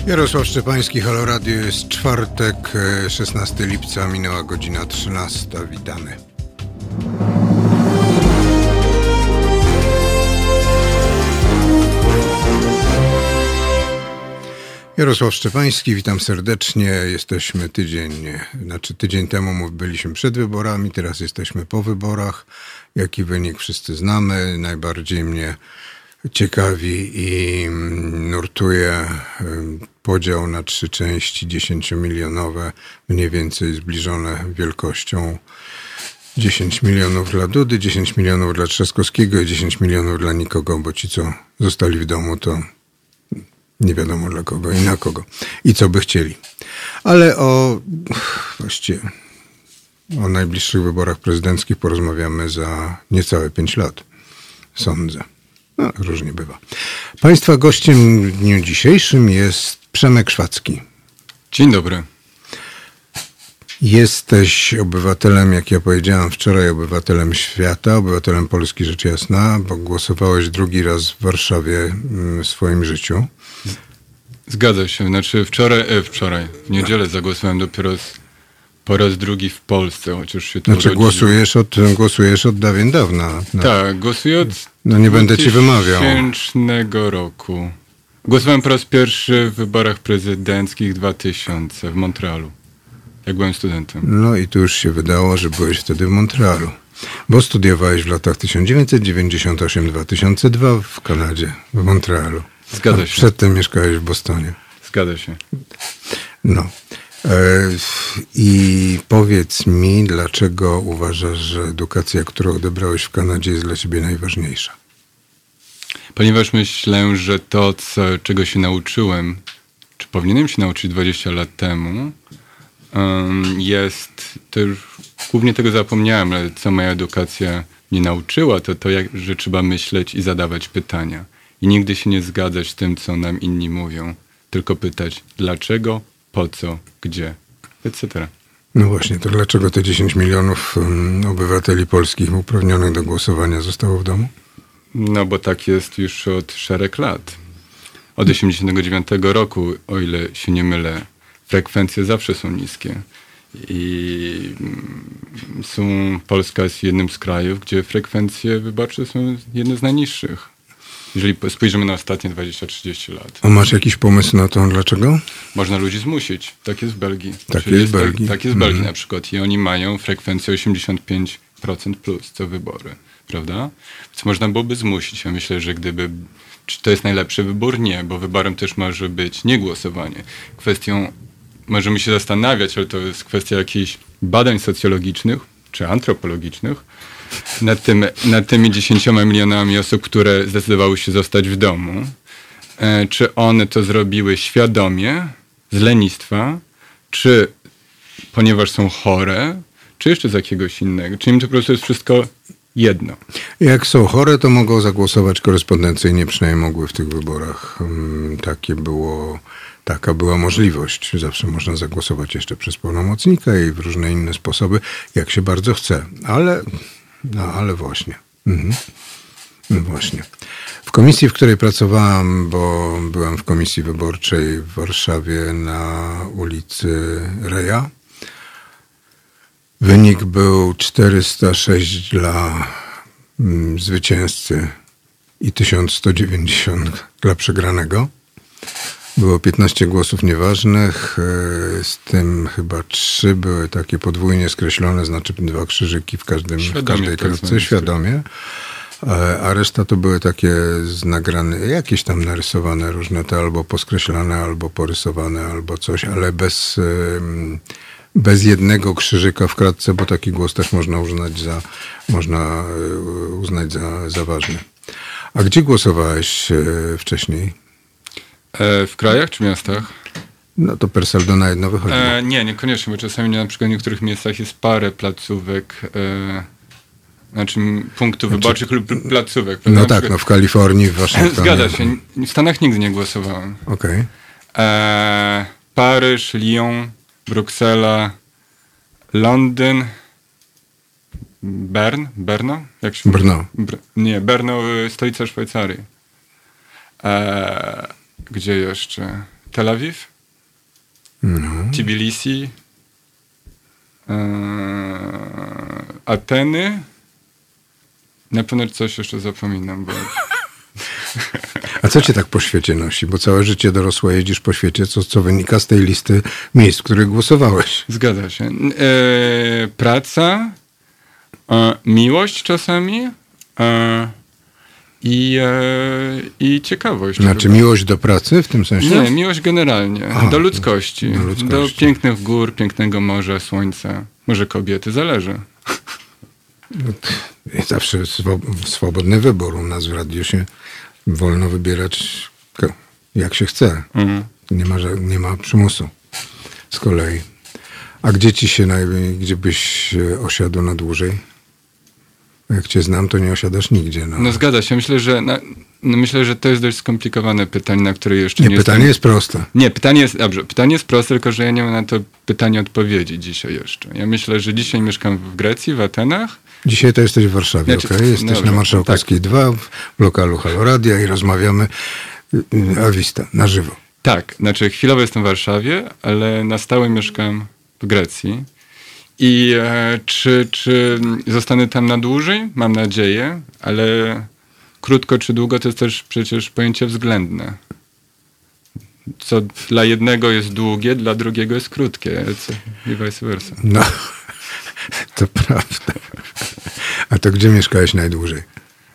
Jarosław Szczepański, Halo Radio, jest czwartek, 16 lipca, minęła godzina 13. Witamy. Jarosław Szczepański, witam serdecznie. Jesteśmy tydzień temu byliśmy przed wyborami, teraz jesteśmy po wyborach. Jaki wynik wszyscy znamy. Najbardziej mnie ciekawi i nurtuje podział na 3 części 10-milionowe, mniej więcej zbliżone wielkością. 10 milionów dla Dudy, 10 milionów dla Trzaskowskiego i 10 milionów dla nikogo, bo ci, co zostali w domu, to nie wiadomo dla kogo i na kogo i co by chcieli. Ale właściwie o najbliższych wyborach prezydenckich porozmawiamy za niecałe 5 lat, sądzę. No, różnie bywa. Państwa gościem w dniu dzisiejszym jest Przemek Szwacki. Dzień dobry. Jesteś obywatelem, jak ja powiedziałem wczoraj, obywatelem świata, obywatelem Polski, rzecz jasna, bo głosowałeś drugi raz w Warszawie w swoim życiu. Zgadza się. Znaczy wczoraj, w niedzielę zagłosowałem dopiero po raz drugi w Polsce, chociaż się tu głosujesz od dawien dawna. Tak, głosuję od nie będę ci wymawiał. 2000 roku. Głosowałem po raz pierwszy w wyborach prezydenckich 2000 w Montrealu, jak byłem studentem. No i tu już się wydało, że byłeś wtedy w Montrealu, bo studiowałeś w latach 1998-2002 w Kanadzie, w Montrealu. Zgadza się. Przedtem mieszkałeś w Bostonie. Zgadza się. No. I powiedz mi, dlaczego uważasz, że edukacja, którą odebrałeś w Kanadzie, jest dla ciebie najważniejsza? Ponieważ myślę, że to, czego się nauczyłem, czy powinienem się nauczyć 20 lat temu, to już głównie tego zapomniałem, ale co moja edukacja mnie nauczyła, to że trzeba myśleć i zadawać pytania. I nigdy się nie zgadzać z tym, co nam inni mówią, tylko pytać dlaczego, po co, gdzie, etc. No właśnie, to dlaczego te 10 milionów obywateli polskich uprawnionych do głosowania zostało w domu? No bo tak jest już od szereg lat. Od 1989 roku, o ile się nie mylę, frekwencje zawsze są niskie. I Polska jest jednym z krajów, gdzie frekwencje wyborcze są jedne z najniższych. Jeżeli spojrzymy na ostatnie 20-30 lat. A masz jakiś pomysł na to, dlaczego? Można ludzi zmusić. Tak jest w Belgii. Tak jest w Belgii. Tak jest w Belgii na przykład. I oni mają frekwencję 85% plus co wybory. Prawda? Więc można byłoby zmusić. Ja myślę, że czy to jest najlepszy wybór? Nie, bo wyborem też może być niegłosowanie. Kwestią, możemy się zastanawiać, ale to jest kwestia jakichś badań socjologicznych czy antropologicznych, nad tymi 10 milionami osób, które zdecydowały się zostać w domu. Czy one to zrobiły świadomie, z lenistwa, czy ponieważ są chore, czy jeszcze z jakiegoś innego. Czy im to po prostu jest wszystko jedno. Jak są chore, to mogą zagłosować korespondencyjnie, przynajmniej mogły w tych wyborach. Taka była możliwość. Zawsze można zagłosować jeszcze przez pełnomocnika i w różne inne sposoby, jak się bardzo chce. Ale właśnie. Właśnie. W komisji, w której pracowałam, bo byłem w komisji wyborczej w Warszawie na ulicy Reja, wynik był 406 dla zwycięzcy i 1190 dla przegranego. Było 15 głosów nieważnych, z tym chyba 3 były takie podwójnie skreślone, znaczy 2 krzyżyki w każdej kartce, świadomie. A reszta to były takie jakieś tam narysowane różne te albo poskreślane, albo porysowane, albo coś, ale bez jednego krzyżyka w kratce, bo taki głos też można uznać za ważny. A gdzie głosowałeś wcześniej? W krajach czy miastach? No to per saldo na jedno wychodzi. Niekoniecznie, bo czasami na przykład w niektórych miejscach jest parę placówek, punktów wyborczych lub placówek. No tak, w Kalifornii, w Waszyngtonie. Zgadza się. W Stanach nigdy nie głosowałem. Okej. Paryż, Lyon, Bruksela, Londyn, Brno? Jak się Brno. Brno, stolica Szwajcarii. Gdzie jeszcze? Tel Awiw, Tbilisi, Ateny. Na pewno coś jeszcze zapominam, bo... A co cię tak po świecie nosi? Bo całe życie dorosłe jeździsz po świecie, co wynika z tej listy miejsc, w których głosowałeś. Zgadza się. Praca, miłość czasami i ciekawość. Znaczy miłość do pracy w tym sensie? Nie, miłość generalnie. Do ludzkości. Do pięknych gór, pięknego morza, słońca. Może kobiety, zależy. Jest zawsze swobodny wybór. U nas w radiu się wolno wybierać jak się chce. Nie ma przymusu z kolei. A gdzie ci się gdzie byś osiadł na dłużej? Jak cię znam, to nie osiadasz nigdzie. No zgadza się. Myślę, że to jest dość skomplikowane pytanie, na które jeszcze nie pytanie jest proste. Nie, pytanie jest proste, tylko że ja nie mam na to pytanie odpowiedzi dzisiaj jeszcze. Ja myślę, że dzisiaj mieszkam w Grecji, w Atenach. Dzisiaj to jesteś w Warszawie, okej? Jesteś na Marszałkowskiej 2 w lokalu Halo Radia i rozmawiamy awista, na żywo. Tak, znaczy chwilowo jestem w Warszawie, ale na stałe mieszkam w Grecji. I czy zostanę tam na dłużej? Mam nadzieję, ale krótko czy długo to jest też przecież pojęcie względne. Co dla jednego jest długie, dla drugiego jest krótkie i vice versa. No, to prawda. A to gdzie mieszkałeś najdłużej?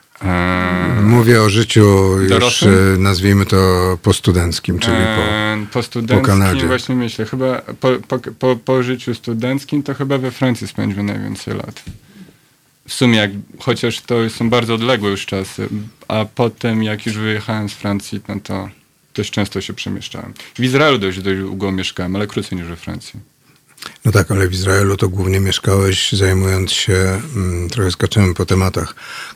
Mówię o życiu już, nazwijmy to postudenckim, czyli po Kanadzie. Właśnie myślę, chyba po życiu studenckim to chyba we Francji spędziłem najwięcej lat. W sumie, chociaż to są bardzo odległe już czasy, a potem jak już wyjechałem z Francji, no to dość często się przemieszczałem. W Izraelu dość długo mieszkałem, ale krócej niż we Francji. No tak, ale w Izraelu to głównie mieszkałeś zajmując się, trochę skaczemy po tematach,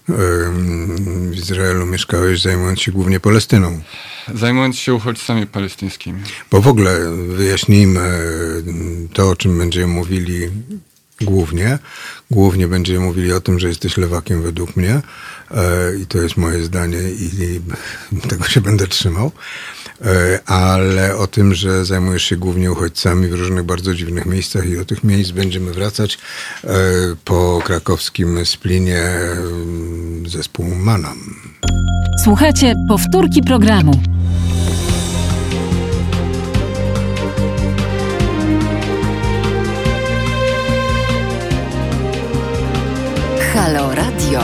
w Izraelu mieszkałeś zajmując się głównie Palestyną. Zajmując się uchodźcami palestyńskimi. Bo w ogóle wyjaśnijmy to, o czym będziemy mówili głównie. Głównie będziemy mówili o tym, że jesteś lewakiem według mnie i to jest moje zdanie i tego się będę trzymał. Ale o tym, że zajmujesz się głównie uchodźcami w różnych bardzo dziwnych miejscach i do tych miejsc będziemy wracać po krakowskim Splinie zespół Manam. Słuchajcie, powtórki programu. Halo Radio.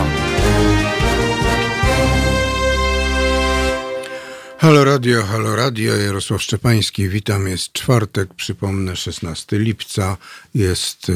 Halo Radio, Jarosław Szczepański, witam, jest czwartek, przypomnę 16 lipca, jest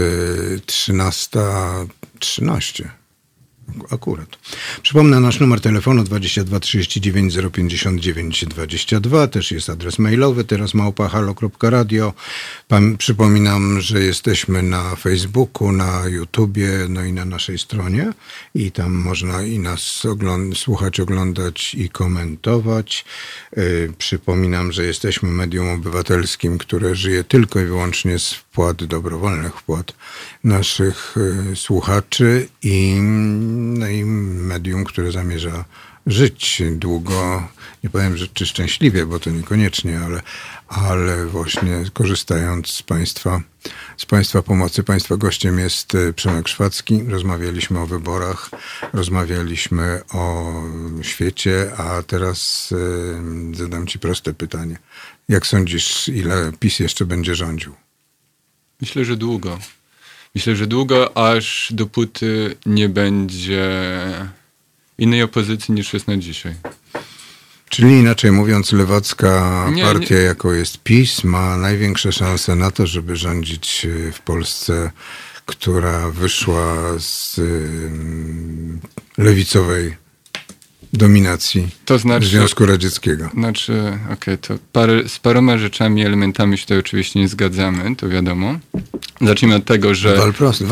13:13, akurat. Przypomnę nasz numer telefonu 22 39 059 22, też jest adres mailowy, teraz @halo.radio. Przypominam, że jesteśmy na Facebooku, na YouTubie, no i na naszej stronie i tam można i nas słuchać, oglądać i komentować. Przypominam, że jesteśmy medium obywatelskim, które żyje tylko i wyłącznie z wpłat, dobrowolnych wpłat naszych słuchaczy i medium, które zamierza żyć długo, nie powiem, że czy szczęśliwie, bo to niekoniecznie, ale właśnie korzystając z Państwa pomocy. Państwa gościem jest Przemek Szwacki. Rozmawialiśmy o wyborach, rozmawialiśmy o świecie, a teraz zadam Ci proste pytanie. Jak sądzisz, ile PiS jeszcze będzie rządził? Myślę, że długo. Myślę, że długo, aż dopóty nie będzie innej opozycji niż jest na dzisiaj. Czyli inaczej mówiąc, lewacka partia, jaką jest PiS, ma największe szanse na to, żeby rządzić w Polsce, która wyszła z lewicowej dominacji Związku Radzieckiego. Znaczy, to z paroma rzeczami, elementami się tutaj oczywiście nie zgadzamy, to wiadomo. Zacznijmy od tego, że wal prosty.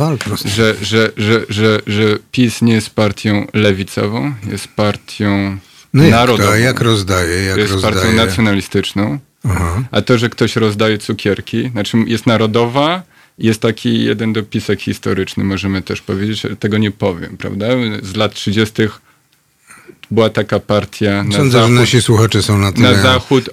Że PiS nie jest partią lewicową, jest partią narodową. Jak rozdaje? Jest partią nacjonalistyczną. Aha. A to, że ktoś rozdaje cukierki, znaczy jest narodowa, jest taki jeden dopisek historyczny, możemy też powiedzieć, tego nie powiem, prawda? Z lat 30. była taka partia na Sądzę, zachód, że nasi słuchacze są na tyle na zachód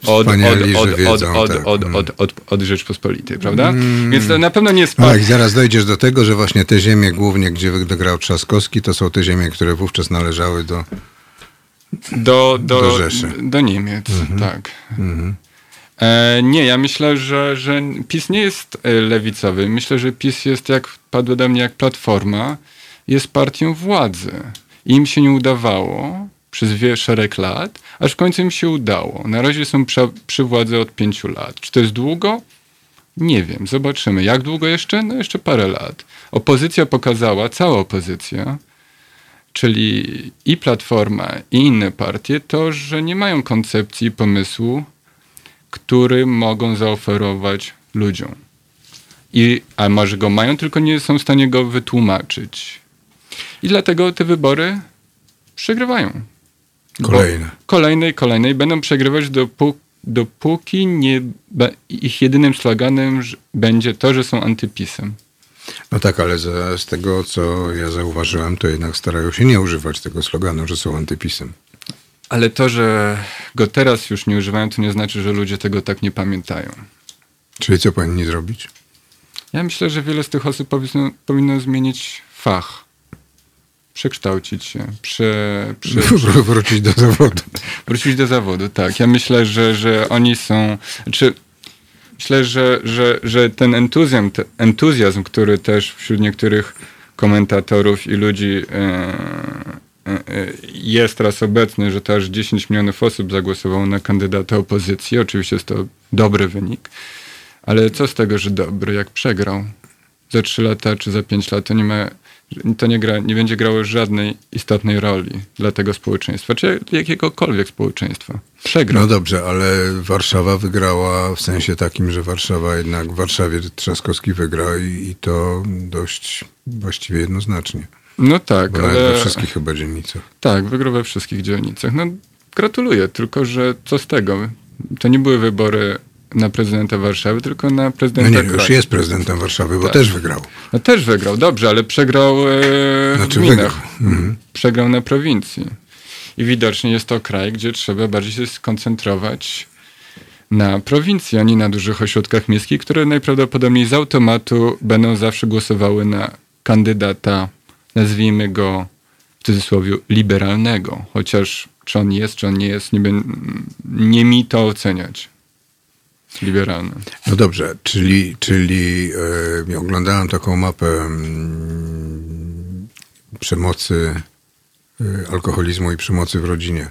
od Rzeczpospolitej, prawda? Więc to na pewno nie jest Tak, zaraz dojdziesz do tego, że właśnie te ziemie głównie, gdzie wygrał Trzaskowski, to są te ziemie, które wówczas należały do Rzeszy. Do Niemiec, tak. Nie, ja myślę, że PiS nie jest lewicowy. Myślę, że PiS jest, jak padło ode mnie, jak Platforma, jest partią władzy. Im się nie udawało przez szereg lat, aż w końcu im się udało. Na razie są przy władzy od 5 lat. Czy to jest długo? Nie wiem, zobaczymy. Jak długo jeszcze? No jeszcze parę lat. Opozycja pokazała, cała opozycja, czyli i Platforma, i inne partie, to, że nie mają koncepcji i pomysłu, który mogą zaoferować ludziom. A może go mają, tylko nie są w stanie go wytłumaczyć. I dlatego te wybory przegrywają. Kolejne i będą przegrywać dopóki ich jedynym sloganem będzie to, że są antypisem. No tak, ale z tego, co ja zauważyłem, to jednak starają się nie używać tego sloganu, że są antypisem. Ale to, że go teraz już nie używają, to nie znaczy, że ludzie tego tak nie pamiętają. Czyli co powinni zrobić? Ja myślę, że wiele z tych osób powinno zmienić fach. Przekształcić się. Wrócić do zawodu. Wrócić do zawodu, tak. Ja myślę, że oni są... Myślę, że ten entuzjazm, który też wśród niektórych komentatorów i ludzi jest teraz obecny, że to aż 10 milionów osób zagłosowało na kandydata opozycji. Oczywiście jest to dobry wynik. Ale co z tego, że dobry, jak przegrał? Za 3 lata czy za 5 lat to nie będzie grało żadnej istotnej roli dla tego społeczeństwa, czy jakiegokolwiek społeczeństwa. Przegrał. No dobrze, ale Warszawa wygrała w sensie takim, że w Warszawie Trzaskowski wygrał i to dość właściwie jednoznacznie. No tak, bo ale... we wszystkich chyba dzielnicach. Tak, wygrał we wszystkich dzielnicach. No gratuluję, tylko że co z tego? To nie były wybory na prezydenta Warszawy, tylko na prezydenta kraju. Już jest prezydentem Warszawy, bo też wygrał. No też wygrał, dobrze, ale przegrał w gminach. Przegrał na prowincji. I widocznie jest to kraj, gdzie trzeba bardziej się skoncentrować na prowincji, a nie na dużych ośrodkach miejskich, które najprawdopodobniej z automatu będą zawsze głosowały na kandydata, nazwijmy go w cudzysłowie liberalnego. Chociaż czy on jest, czy on nie jest, nie mi to oceniać. Liberalny. No dobrze, czyli oglądałem taką mapę przemocy, alkoholizmu i przemocy w rodzinie.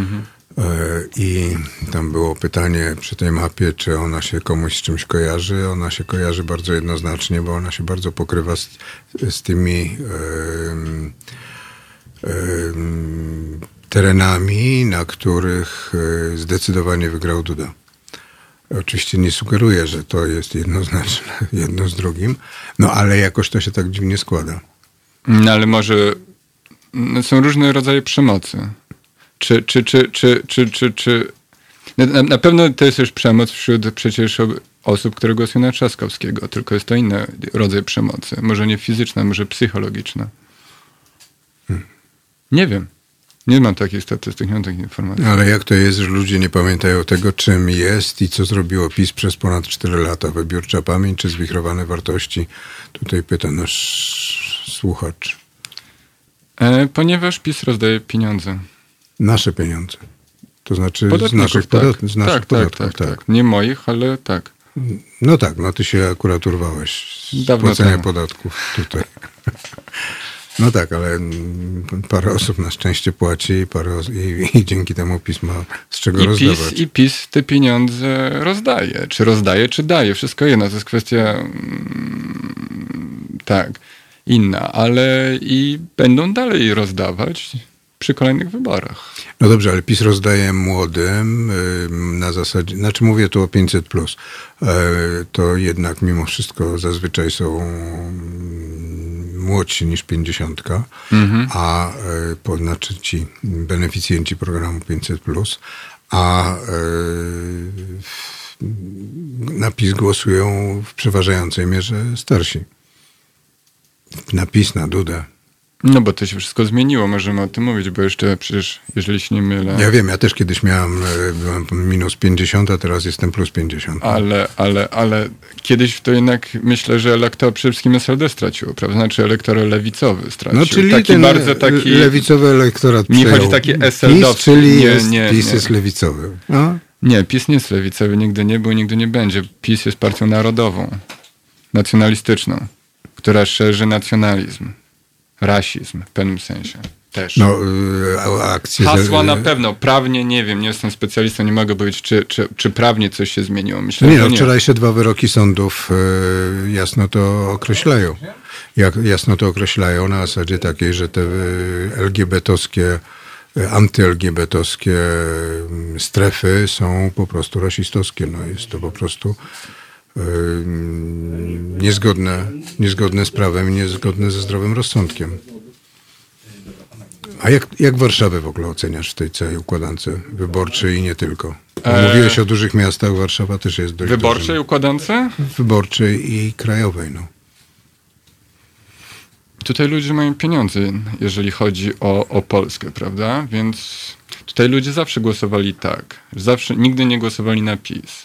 I tam było pytanie przy tej mapie, czy ona się komuś z czymś kojarzy. Ona się kojarzy bardzo jednoznacznie, bo ona się bardzo pokrywa z tymi terenami, na których zdecydowanie wygrał Duda. Oczywiście nie sugeruję, że to jest jednoznaczne jedno z drugim, no ale jakoś to się tak dziwnie składa. No ale może są różne rodzaje przemocy. Na pewno to jest już przemoc wśród przecież osób, które głosują na Trzaskowskiego, tylko jest to inny rodzaj przemocy. Może nie fizyczna, może psychologiczna. Nie wiem. Nie mam takich statystyk, nie mam takich informacji. Ale jak to jest, że ludzie nie pamiętają tego, czym jest i co zrobiło PiS przez ponad 4 lata? Wybiórcza pamięć czy zwichrowane wartości? Tutaj pyta nasz słuchacz. Ponieważ PiS rozdaje pieniądze. Nasze pieniądze. To znaczy z naszych podatków. Tak. Nie moich, ale tak. No tak, no ty się akurat urwałeś z płacenia podatków tutaj. No tak, ale parę osób na szczęście płaci i dzięki temu PiS ma z czego rozdawać. I PiS te pieniądze rozdaje. Czy daje. Wszystko jedno. To jest kwestia inna. Ale i będą dalej rozdawać przy kolejnych wyborach. No dobrze, ale PiS rozdaje młodym na zasadzie, znaczy mówię tu o 500+. To jednak mimo wszystko zazwyczaj są młodsi niż 50, a znaczy ci beneficjenci programu 500+, a na PiS głosują w przeważającej mierze starsi. Na PiS, na Dudę. No bo to się wszystko zmieniło, możemy o tym mówić, bo jeszcze przecież, jeżeli się nie mylę... Ja wiem, ja też kiedyś byłem minus 50, a teraz jestem plus 50. Ale kiedyś to jednak myślę, że elektorat przede wszystkim SLD straciło, prawda? Znaczy elektorat lewicowy stracił. No czyli taki ten bardzo taki... lewicowy elektorat Mi przejął. chodzi taki PiS, SLD-owski. czyli Nie, PiS jest lewicowy. No? Nie, PiS nie jest lewicowy, nigdy nie był, nigdy nie będzie. PiS jest partią narodową, nacjonalistyczną, która szerzy nacjonalizm, rasizm w pewnym sensie też. No, akcje... Hasła na pewno, prawnie nie wiem, nie jestem specjalistą, nie mogę powiedzieć, czy prawnie coś się zmieniło. Myślę, Nie, że no, nie. wczorajsze 2 wyroki sądów jasno to określają. Jasno to określają na zasadzie takiej, że te LGBT-owskie, anty-LGBT-owskie strefy są po prostu rasistowskie. No, jest to po prostu niezgodne z prawem i niezgodne ze zdrowym rozsądkiem. A jak Warszawę w ogóle oceniasz w tej całej układance wyborczej i nie tylko? Mówiłeś o dużych miastach, Warszawa też jest dość Wyborczej dużym. układance? Wyborczej i krajowej, no. Tutaj ludzie mają pieniądze, jeżeli chodzi o Polskę, prawda? Więc tutaj ludzie zawsze głosowali tak. Nigdy nie głosowali na PiS.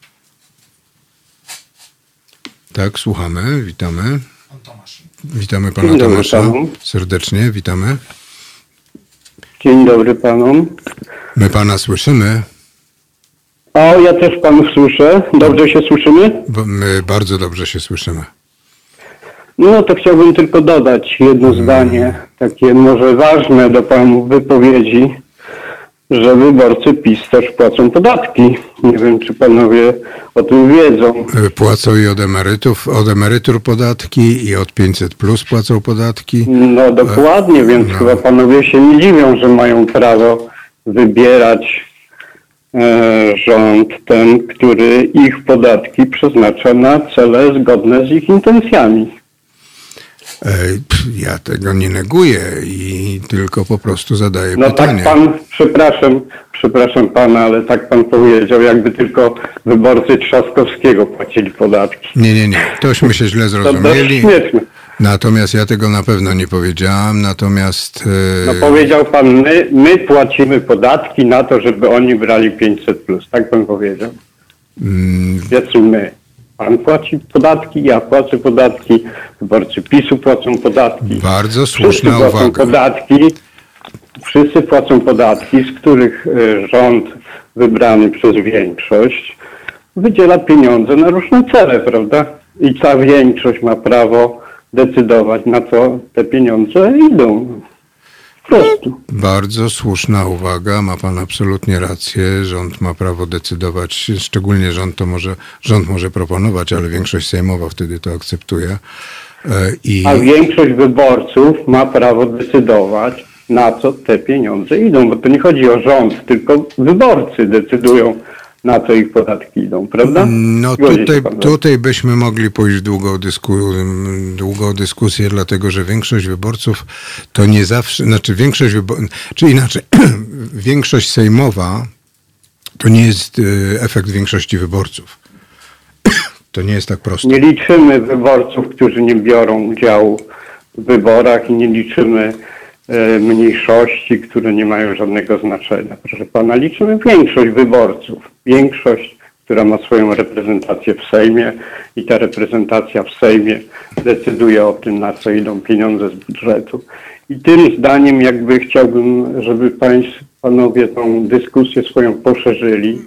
Tak, słuchamy, witamy. Witamy pana Dzień dobry Tomasza. panu. Serdecznie, witamy. Dzień dobry panom. My pana słyszymy, O, ja też panów słyszę. Dobrze się słyszymy? bo my bardzo dobrze się słyszymy. No to chciałbym tylko dodać jedno zdanie, takie może ważne do panów wypowiedzi, że wyborcy PiS też płacą podatki. Nie wiem, czy panowie o tym wiedzą. Płacą i od emerytur podatki i od 500 plus płacą podatki. No dokładnie, więc No. chyba panowie się nie dziwią, że mają prawo wybierać rząd ten, który ich podatki przeznacza na cele zgodne z ich intencjami. Ja tego nie neguję i tylko po prostu zadaję No pytanie. tak pan, przepraszam pana, ale tak pan powiedział, jakby tylko wyborcy Trzaskowskiego płacili podatki. Nie. Tośmy się źle To dość zrozumieli. śmieszne. Natomiast ja tego na pewno nie powiedziałam. Natomiast No powiedział pan, my płacimy podatki na to, żeby oni brali 500+. Tak pan powiedział. Wiecie, my. Pan płaci podatki, ja płacę podatki, wyborcy PiS-u płacą podatki. bardzo Wszyscy słuszna płacą uwaga. podatki, wszyscy płacą podatki, z których rząd wybrany przez większość wydziela pieniądze na różne cele, prawda? I ta większość ma prawo decydować, na co te pieniądze idą. Po prostu. Bardzo słuszna uwaga, ma pan absolutnie rację. Rząd ma prawo decydować, szczególnie rząd może proponować, ale większość sejmowa wtedy to akceptuje. A większość wyborców ma prawo decydować, na co te pieniądze idą, bo to nie chodzi o rząd, tylko wyborcy decydują, na co ich podatki idą, prawda? No Zgodzi się pan, tutaj byśmy mogli pójść w długą dyskusję, dlatego że większość wyborców to nie zawsze, czy inaczej, większość sejmowa to nie jest efekt większości wyborców. To nie jest tak proste. Nie liczymy wyborców, którzy nie biorą udziału w wyborach i nie liczymy mniejszości, które nie mają żadnego znaczenia. Proszę pana, liczymy większość wyborców. Większość, która ma swoją reprezentację w Sejmie i ta reprezentacja w Sejmie decyduje o tym, na co idą pieniądze z budżetu. I tym zdaniem jakby chciałbym, żeby panowie tą dyskusję swoją poszerzyli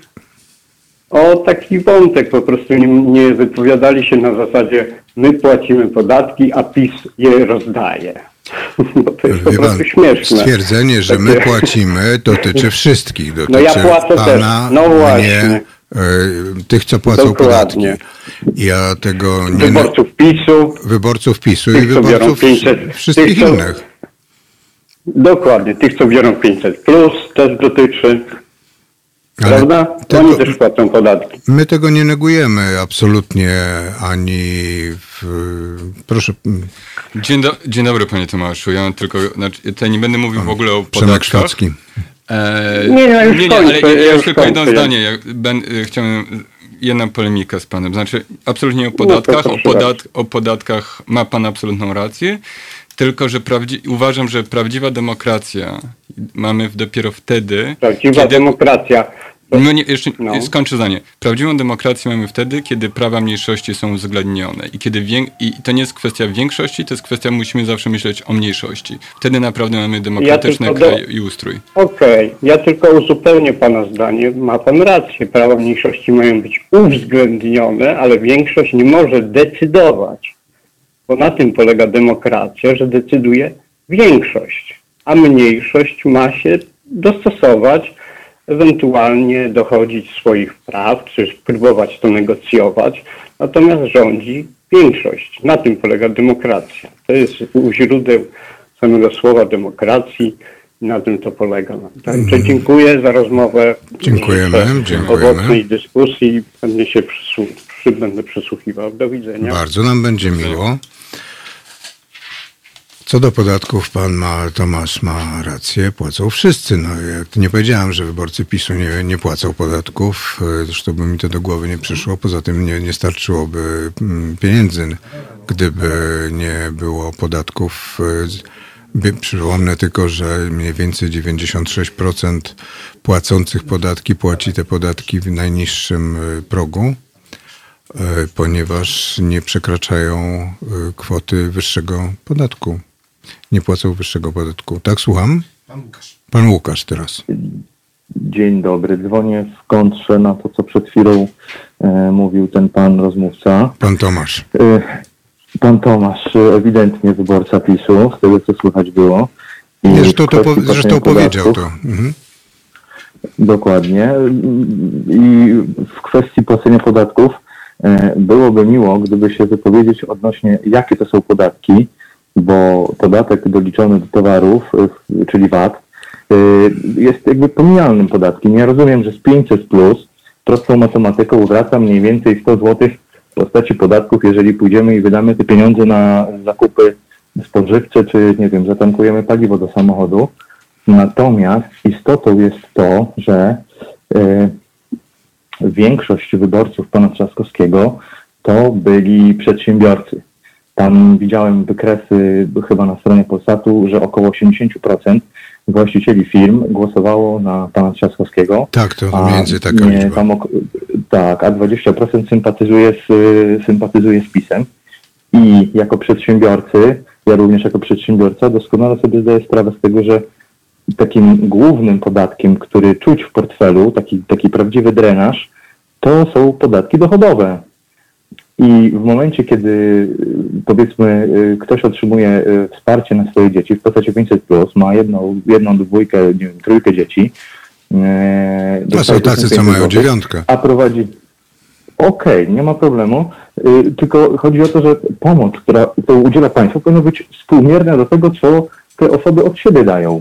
o taki wątek, po prostu nie wypowiadali się na zasadzie my płacimy podatki, a PiS je rozdaje. Bo to jest po prostu śmieszne. Stwierdzenie, że my płacimy, dotyczy wszystkich. Dotyczy No ja płacę pana, też. No właśnie. mnie, tych, co płacą Dokładnie. podatki. Ja tego nie... Wyborców PiS-u. i Tych, co biorą wyborców 500, wszystkich tych, co- innych. Dokładnie. Tych, co biorą 500+, też dotyczy. Ale Prawda? tego- Oni też płacą podatki. My tego nie negujemy absolutnie, proszę, Dzień dobry, panie Tomaszu. Ja tylko, tutaj nie będę mówił w ogóle o Przemek podatkach. Szwedzki. Ja już ale kończę, ja już już tylko jedno kończę. zdanie. Chciałem jedna polemika z panem. Znaczy, absolutnie nie o podatkach. proszę bardzo. O podatkach ma pan absolutną rację. Tylko, że uważam, że prawdziwa demokracja mamy dopiero wtedy... Prawdziwa demokracja. No nie, jeszcze skończę zdanie. Prawdziwą demokrację mamy wtedy, kiedy prawa mniejszości są uwzględnione. I kiedy i to nie jest kwestia większości, to jest kwestia, musimy zawsze myśleć o mniejszości. Wtedy naprawdę mamy demokratyczny kraj i ustrój. Okej, ja tylko uzupełnię pana zdanie. Ma pan rację, prawa mniejszości mają być uwzględnione, ale większość nie może decydować. Bo na tym polega demokracja, że decyduje większość, a mniejszość ma się dostosować, ewentualnie dochodzić swoich praw, czy próbować to negocjować, natomiast rządzi większość. Na tym polega demokracja. To jest u źródeł samego słowa demokracji i na tym to polega. Także dziękuję za rozmowę. Dziękujemy. Owocnej dyskusji. Pewnie się będę przysłuchiwał. Do widzenia. Bardzo nam będzie miło. Co do podatków, Tomasz ma rację, płacą wszyscy. No, ja nie powiedziałem, że wyborcy PiS-u nie płacą podatków, zresztą by mi to do głowy nie przyszło. Poza tym nie starczyłoby pieniędzy, gdyby nie było podatków. Przypomnę tylko, że mniej więcej 96% płacących podatki płaci te podatki w najniższym progu, ponieważ nie przekraczają kwoty wyższego podatku. Nie płacą wyższego podatku. Tak, słucham? Pan Łukasz teraz. Dzień dobry. Dzwonię w kontrze na to, co przed chwilą mówił ten pan rozmówca. Pan Tomasz. Pan Tomasz, ewidentnie wyborca PiS-u, z tego co słychać było. Zresztą powiedział to. Mhm. Dokładnie. I w kwestii płacenia podatków byłoby miło, gdyby się wypowiedzieć odnośnie, jakie to są podatki, bo podatek doliczony do towarów, czyli VAT, jest jakby pomijalnym podatkiem. Ja rozumiem, że z 500 plus prostą matematyką wraca mniej więcej 100 zł w postaci podatków, jeżeli pójdziemy i wydamy te pieniądze na zakupy spożywcze, czy nie wiem, zatankujemy paliwo do samochodu. Natomiast istotą jest to, że większość wyborców pana Trzaskowskiego to byli przedsiębiorcy. Tam widziałem wykresy chyba na stronie Polsatu, że około 80% właścicieli firm głosowało na pana Trzaskowskiego. Tak, to między taka liczba. Tak, a 20% sympatyzuje z PiS-em. I jako przedsiębiorcy, ja również jako przedsiębiorca doskonale sobie zdaję sprawę z tego, że takim głównym podatkiem, który czuć w portfelu, taki prawdziwy drenaż, to są podatki dochodowe. I w momencie, kiedy powiedzmy ktoś otrzymuje wsparcie na swoje dzieci w postaci 500+, ma jedną, dwójkę, nie wiem, trójkę dzieci. To są tacy, co mają 9. A prowadzi... Okej, nie ma problemu. Tylko chodzi o to, że pomoc, którą udziela państwo, powinna być współmierna do tego, co te osoby od siebie dają.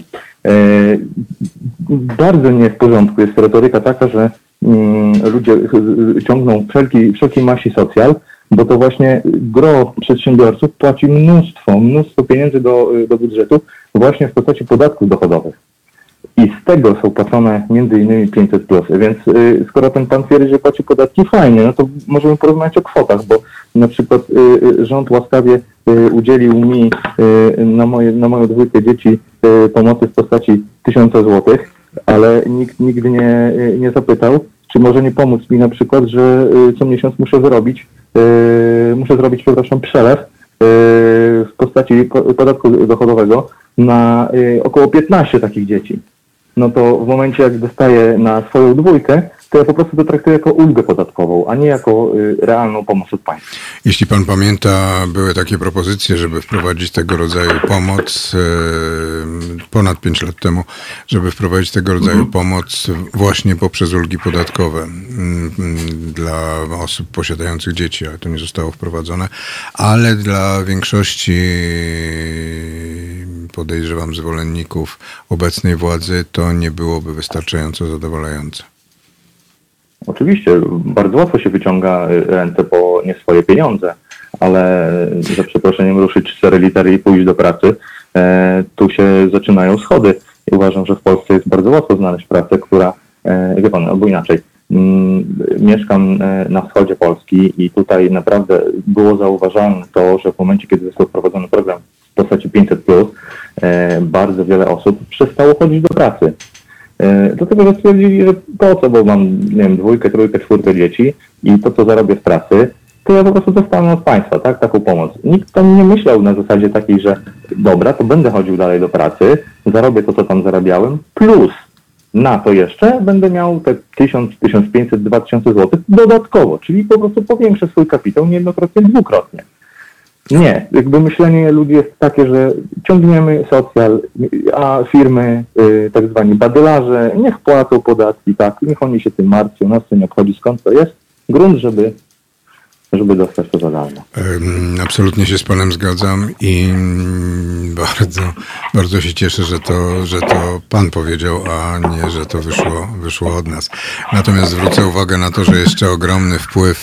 Bardzo nie w porządku jest retoryka taka, że ludzie ciągną wszelkiej masi socjal, bo to właśnie gro przedsiębiorców płaci mnóstwo pieniędzy do budżetu właśnie w postaci podatków dochodowych. I z tego są płacone między innymi 500+. Więc skoro ten pan twierdzi, że płaci podatki, fajnie, no to możemy porozmawiać o kwotach, bo na przykład rząd łaskawie udzielił mi na moją dwójkę dzieci pomocy w postaci 1000 zł, ale nikt nigdy nie zapytał, czy może nie pomóc mi na przykład, że co miesiąc muszę zrobić przelew w postaci podatku dochodowego na około 15 takich dzieci. No to w momencie, jak dostaję na swoją dwójkę, to ja po prostu to traktuję jako ulgę podatkową, a nie jako realną pomoc od państwa. Jeśli pan pamięta, były takie propozycje, żeby wprowadzić tego rodzaju pomoc ponad 5 lat temu, żeby wprowadzić tego rodzaju pomoc właśnie poprzez ulgi podatkowe dla osób posiadających dzieci, ale to nie zostało wprowadzone, ale dla większości, podejrzewam, zwolenników obecnej władzy to nie byłoby wystarczająco zadowalające. Oczywiście, bardzo łatwo się wyciąga ręce po nie swoje pieniądze, ale za przeproszeniem ruszyć 4 litery i pójść do pracy, tu się zaczynają schody. I uważam, że w Polsce jest bardzo łatwo znaleźć pracę, która, wie pan, albo inaczej, mieszkam na wschodzie Polski i tutaj naprawdę było zauważalne to, że w momencie, kiedy został wprowadzony program postaci 500+, bardzo wiele osób przestało chodzić do pracy. Dlatego, że stwierdzili, że po co, bo mam, nie wiem, 2, 3, 4 dzieci i to, co zarobię w pracy, to ja po prostu dostanę od państwa, tak, taką pomoc. Nikt tam nie myślał na zasadzie takiej, że dobra, to będę chodził dalej do pracy, zarobię to, co tam zarabiałem, plus na to jeszcze będę miał te 1000, 1500, 2000 zł dodatkowo, czyli po prostu powiększę swój kapitał niejednokrotnie, dwukrotnie. Nie, jakby myślenie ludzi jest takie, że ciągniemy socjal, a firmy, tak zwani badylarze, niech płacą podatki, tak, niech oni się tym martwią, nas to nie obchodzi, skąd to jest. Grunt, żeby dostać to za darmo. Absolutnie się z panem zgadzam i bardzo się cieszę, że to pan powiedział, a nie, że to wyszło od nas. Natomiast zwrócę uwagę na to, że jeszcze ogromny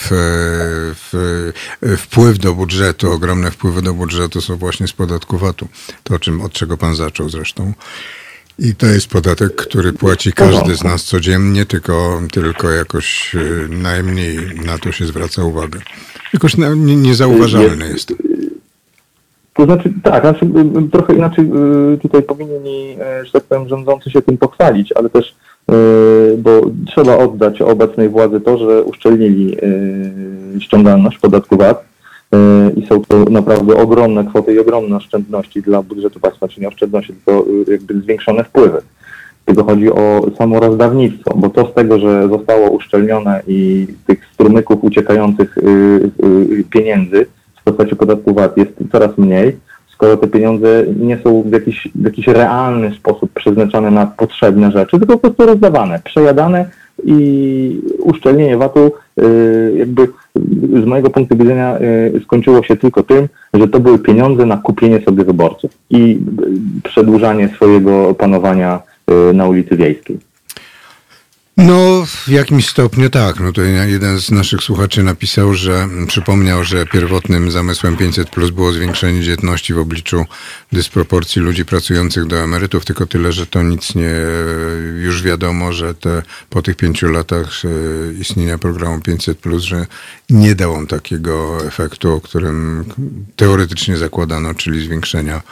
wpływ do budżetu, ogromne wpływy do budżetu są właśnie z podatku VAT-u. To od czego pan zaczął zresztą. I to jest podatek, który płaci każdy z nas codziennie, tylko jakoś najmniej na to się zwraca uwagę. Jakoś niezauważalny jest. To znaczy, tak, trochę inaczej tutaj powinni, że tak powiem, rządzący się tym pochwalić, ale też, bo trzeba oddać obecnej władzy to, że uszczelnili ściągalność podatku VAT i są to naprawdę ogromne kwoty i ogromne oszczędności dla budżetu państwa, czyli nie oszczędności, tylko jakby zwiększone wpływy. Tylko chodzi o samo rozdawnictwo, bo to z tego, że zostało uszczelnione i tych strumyków uciekających pieniędzy w postaci podatku VAT jest coraz mniej, skoro te pieniądze nie są w jakiś realny sposób przeznaczane na potrzebne rzeczy, tylko po prostu rozdawane, przejadane i uszczelnienie VAT-u jakby z mojego punktu widzenia skończyło się tylko tym, że to były pieniądze na kupienie sobie wyborców i przedłużanie swojego panowania na ulicy Wiejskiej. No, w jakimś stopniu tak. No to jeden z naszych słuchaczy przypomniał, że pierwotnym zamysłem 500+ było zwiększenie dzietności w obliczu dysproporcji ludzi pracujących do emerytów, tylko tyle, że to nic nie, już wiadomo, że po tych 5 latach istnienia programu 500+, że nie dał on takiego efektu, o którym teoretycznie zakładano, czyli zwiększenia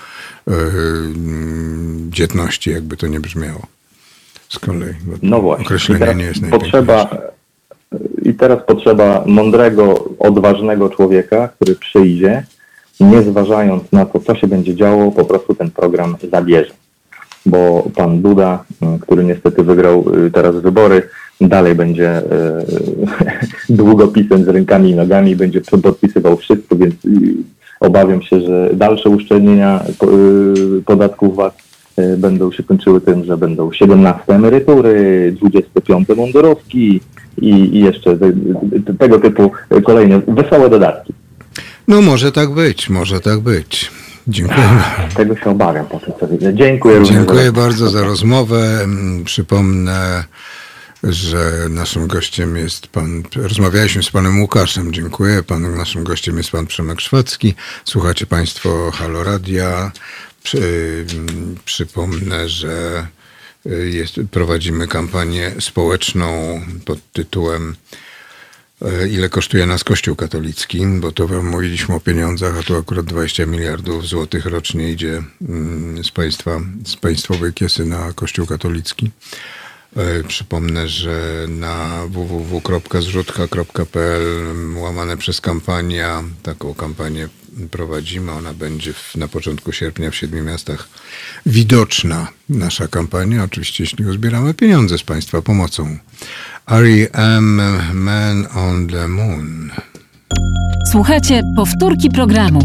dzietności, jakby to nie brzmiało. Z kolei, no właśnie. Określenie nie jest najpiękniejsze. I teraz potrzeba mądrego, odważnego człowieka, który przyjdzie, nie zważając na to, co się będzie działo, po prostu ten program zabierze. Bo pan Duda, który niestety wygrał teraz wybory, dalej będzie długopisem z rękami i nogami, będzie podpisywał wszystko, więc obawiam się, że dalsze uszczelnienia podatków VAT będą się kończyły tym, że będą 17 emerytury, 25 mundurowki i jeszcze tego typu kolejne wesołe dodatki. No może tak być. Dziękuję. Tego się obawiam po tym, co widzę. Dziękuję bardzo za rozmowę. Przypomnę, że naszym gościem jest rozmawialiśmy z panem Łukaszem, dziękuję. Naszym gościem jest pan Przemek Szwedzki. Słuchacie państwo Halo Radia. Przypomnę, że prowadzimy kampanię społeczną pod tytułem Ile kosztuje nas Kościół katolicki, bo to wam mówiliśmy o pieniądzach, a tu akurat 20 miliardów złotych rocznie idzie z państwowej kiesy na Kościół katolicki. Przypomnę, że na www.zrzutka.pl łamane przez kampania, taką kampanię prowadzimy. Ona będzie na początku sierpnia w 7 miastach widoczna, nasza kampania. Oczywiście jeśli uzbieramy pieniądze z państwa pomocą. R.E.M. Man on the Moon. Słuchajcie, powtórki programu.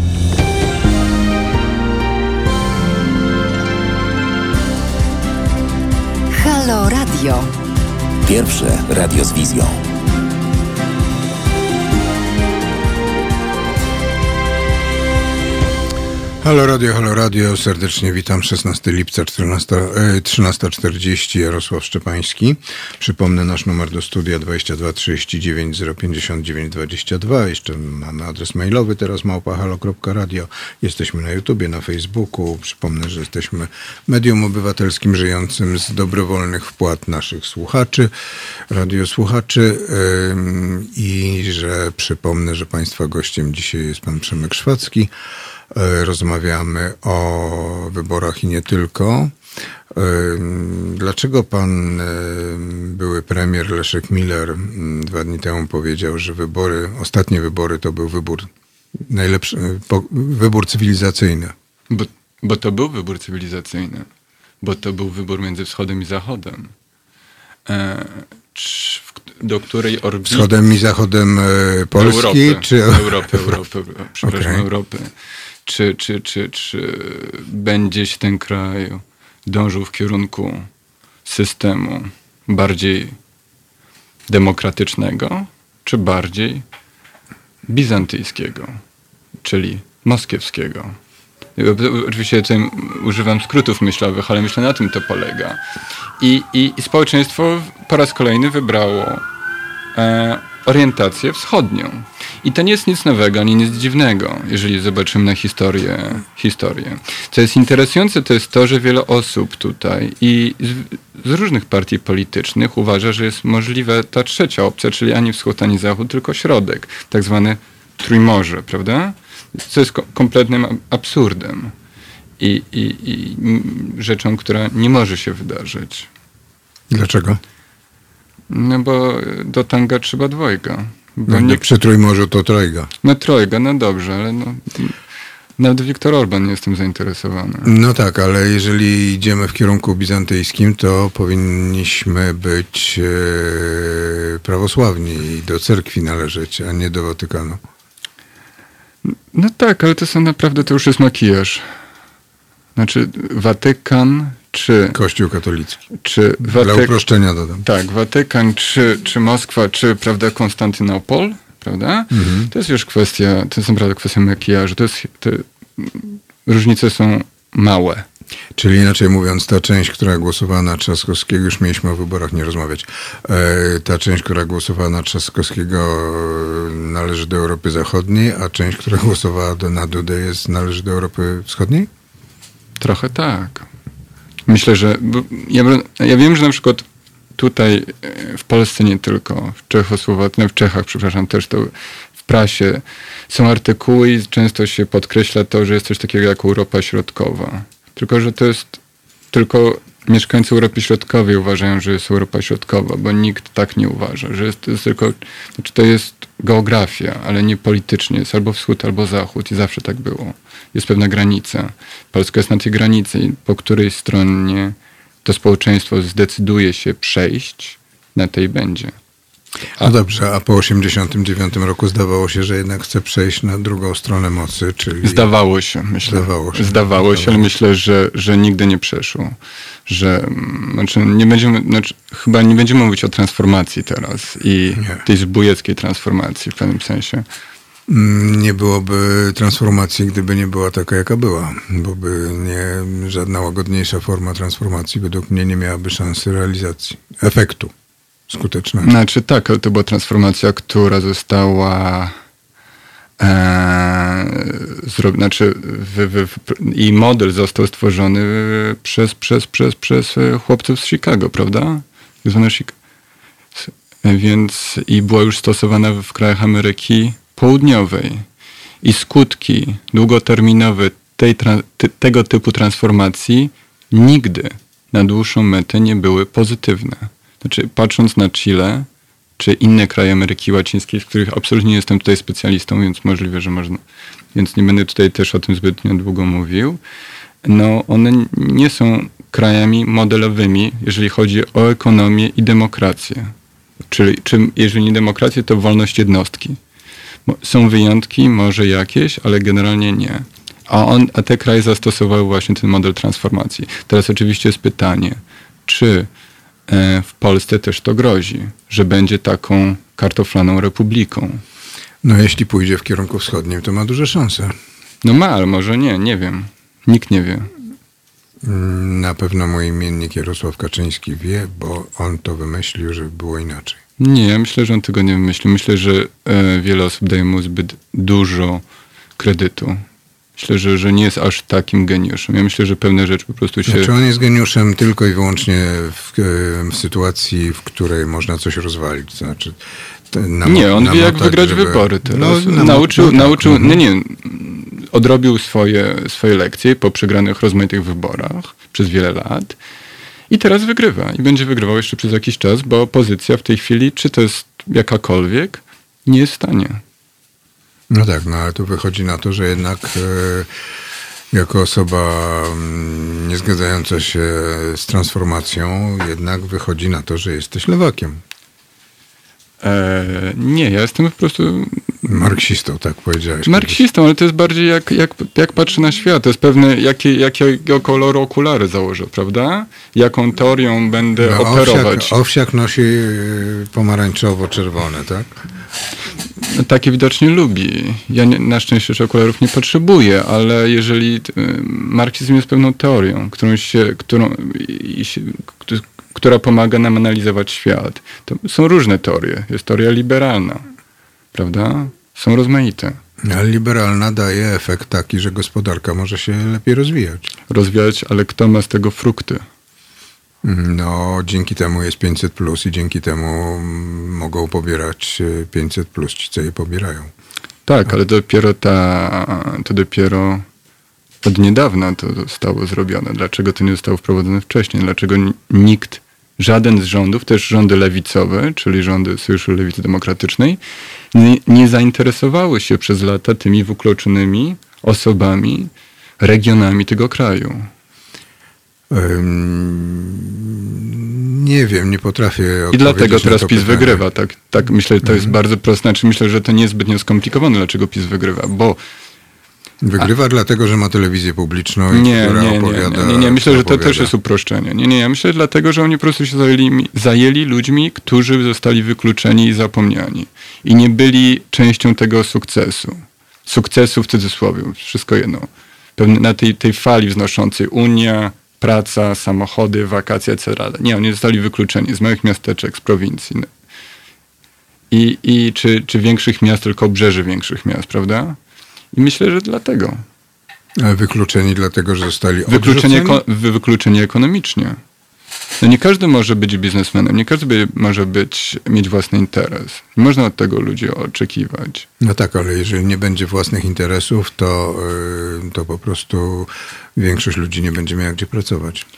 Halo Radio. Pierwsze radio z wizją. Halo Radio, serdecznie witam. 16 lipca, 13:40, Jarosław Szczepański. Przypomnę nasz numer do studia 22 39 059 22. Jeszcze mamy adres mailowy teraz @halo.radio. Jesteśmy na YouTubie, na Facebooku. Przypomnę, że jesteśmy medium obywatelskim żyjącym z dobrowolnych wpłat naszych słuchaczy, radiosłuchaczy i że przypomnę, że państwa gościem dzisiaj jest pan Przemek Szwedzki. Rozmawiamy o wyborach i nie tylko. Dlaczego pan były premier Leszek Miller 2 dni temu powiedział, że ostatnie wybory to był wybór najlepszy, wybór cywilizacyjny? Bo to był wybór cywilizacyjny. Bo to był wybór między wschodem i zachodem. Do której orbity... Wschodem i zachodem Polski? Europy, czy... Europy. Przepraszam, Okay. Europy. Czy będzie się ten kraj dążył w kierunku systemu bardziej demokratycznego, czy bardziej bizantyjskiego, czyli moskiewskiego? Oczywiście tutaj używam skrótów myślowych, ale myślę, na tym to polega. I społeczeństwo po raz kolejny wybrało orientację wschodnią. I to nie jest nic nowego, ani nic dziwnego, jeżeli zobaczymy na historię. Co jest interesujące, to jest to, że wiele osób tutaj i z różnych partii politycznych uważa, że jest możliwe ta trzecia opcja, czyli ani wschód, ani zachód, tylko środek, tak zwany trójmorze, prawda? Co jest kompletnym absurdem i rzeczą, która nie może się wydarzyć. Dlaczego? No bo do tanga trzeba dwojga. Przy trójmorzu to trojga. No trojga, no dobrze, ale nawet Viktor Orban nie jestem zainteresowany. No tak, ale jeżeli idziemy w kierunku bizantyjskim, to powinniśmy być prawosławni i do cerkwi należeć, a nie do Watykanu. No tak, ale to już jest makijaż. Znaczy Watykan czy... Kościół katolicki. Dla uproszczenia dodam. Tak, Watykan czy Moskwa, czy prawda Konstantynopol, prawda? Mhm. To jest już kwestia, to jest naprawdę kwestia makijażu. Różnice są małe. Czyli inaczej mówiąc, ta część, która głosowała na Trzaskowskiego, już mieliśmy o wyborach nie rozmawiać, ta część, która głosowała na Trzaskowskiego należy do Europy Zachodniej, a część, która głosowała na Dudę należy do Europy Wschodniej? Trochę tak. Myślę, że ja wiem, że na przykład tutaj w Polsce nie tylko, w Czechach, też to w prasie są artykuły i często się podkreśla to, że jest coś takiego jak Europa Środkowa. Tylko, że to jest tylko mieszkańcy Europy Środkowej uważają, że jest Europa Środkowa, bo nikt tak nie uważa, że to jest geografia, ale nie politycznie, jest albo wschód, albo zachód i zawsze tak było. Jest pewna granica. Polska jest na tej granicy i po której stronie to społeczeństwo zdecyduje się przejść, na tej będzie. No dobrze, a po 1989 roku zdawało się, że jednak chce przejść na drugą stronę mocy, czyli... Zdawało się, myślę. Zdawało się, ale myślę, że nigdy nie przeszło. Chyba nie będziemy mówić o transformacji teraz i tej zbójeckiej transformacji w pewnym sensie. Nie byłoby transformacji, gdyby nie była taka, jaka była, bo żadna łagodniejsza forma transformacji według mnie nie miałaby szansy realizacji, efektu skuteczności. Znaczy tak, ale to była transformacja, która została i model został stworzony przez chłopców z Chicago, prawda? Więc i była już stosowana w krajach Ameryki Południowej. I skutki długoterminowe tego typu transformacji nigdy na dłuższą metę nie były pozytywne. Znaczy, patrząc na Chile, czy inne kraje Ameryki Łacińskiej, w których absolutnie nie jestem tutaj specjalistą, więc możliwe, że można, więc nie będę tutaj też o tym zbytnio długo mówił, one nie są krajami modelowymi, jeżeli chodzi o ekonomię i demokrację. Czyli jeżeli nie demokrację, to wolność jednostki. Są wyjątki, może jakieś, ale generalnie nie. A te kraje zastosowały właśnie ten model transformacji. Teraz oczywiście jest pytanie, czy w Polsce też to grozi, że będzie taką kartoflaną republiką. No jeśli pójdzie w kierunku wschodnim, to ma duże szanse. No ma, ale może nie wiem. Nikt nie wie. Na pewno mój imiennik Jarosław Kaczyński wie, bo on to wymyślił, żeby było inaczej. Nie, ja myślę, że on tego nie wymyślił. Myślę, że wiele osób daje mu zbyt dużo kredytu. Myślę, że nie jest aż takim geniuszem. Ja myślę, że pewne rzeczy po prostu się... Znaczy on jest geniuszem tylko i wyłącznie w sytuacji, w której można coś rozwalić. To znaczy, odrobił swoje lekcje po przegranych rozmaitych wyborach przez wiele lat i teraz wygrywa. I będzie wygrywał jeszcze przez jakiś czas, bo opozycja w tej chwili, czy to jest jakakolwiek, nie jest w stanie. No tak, no ale tu wychodzi na to, że jednak jako osoba nie zgadzająca się z transformacją, jednak wychodzi na to, że jesteś lewakiem. Nie, ja jestem po prostu... Marksistą, tak powiedziałeś. Marksistą, ale to jest bardziej jak patrzę na świat. To jest pewne, jakiego koloru okulary założę, prawda? Jaką teorią będę operować. Owsiak nosi pomarańczowo-czerwone, tak? Takie widocznie lubi. Ja na szczęście okularów nie potrzebuję, ale jeżeli marksizm jest pewną teorią, która pomaga nam analizować świat. To są różne teorie. Jest teoria liberalna, prawda? Są rozmaite. Ale liberalna daje efekt taki, że gospodarka może się lepiej rozwijać. Rozwijać, ale kto ma z tego frukty? No, dzięki temu jest 500+, i dzięki temu mogą pobierać 500+, ci, co je pobierają. Tak, ale to dopiero od niedawna to zostało zrobione. Dlaczego to nie zostało wprowadzone wcześniej? Dlaczego żaden z rządów, też rządy lewicowe, czyli rządy Sojuszu Lewicy Demokratycznej, nie zainteresowały się przez lata tymi wykluczonymi osobami, regionami tego kraju? Nie wiem, nie potrafię odpowiedzieć. I dlatego teraz PiS wygrywa. Tak myślę, że to jest bardzo proste. Znaczy myślę, że to nie jest zbytnio skomplikowane, dlaczego PiS wygrywa, bo wygrywa dlatego, że ma telewizję publiczną, która opowiada... Nie, myślę, że to też jest uproszczenie. Nie, ja myślę dlatego, że oni po prostu się zajęli ludźmi, którzy zostali wykluczeni i zapomniani. I nie byli częścią tego sukcesu. Sukcesu w cudzysłowie, wszystko jedno. Na tej fali wznoszącej Unia, praca, samochody, wakacje, etc. Nie, oni zostali wykluczeni z małych miasteczek, z prowincji. Czy większych miast, tylko obrzeży większych miast, prawda? I myślę, że dlatego. Ale wykluczeni dlatego, że zostali wykluczeni ekonomicznie. No nie każdy może być biznesmenem, nie każdy może mieć własny interes. Nie można od tego ludzi oczekiwać. No tak, ale jeżeli nie będzie własnych interesów, to po prostu większość ludzi nie będzie miała gdzie pracować.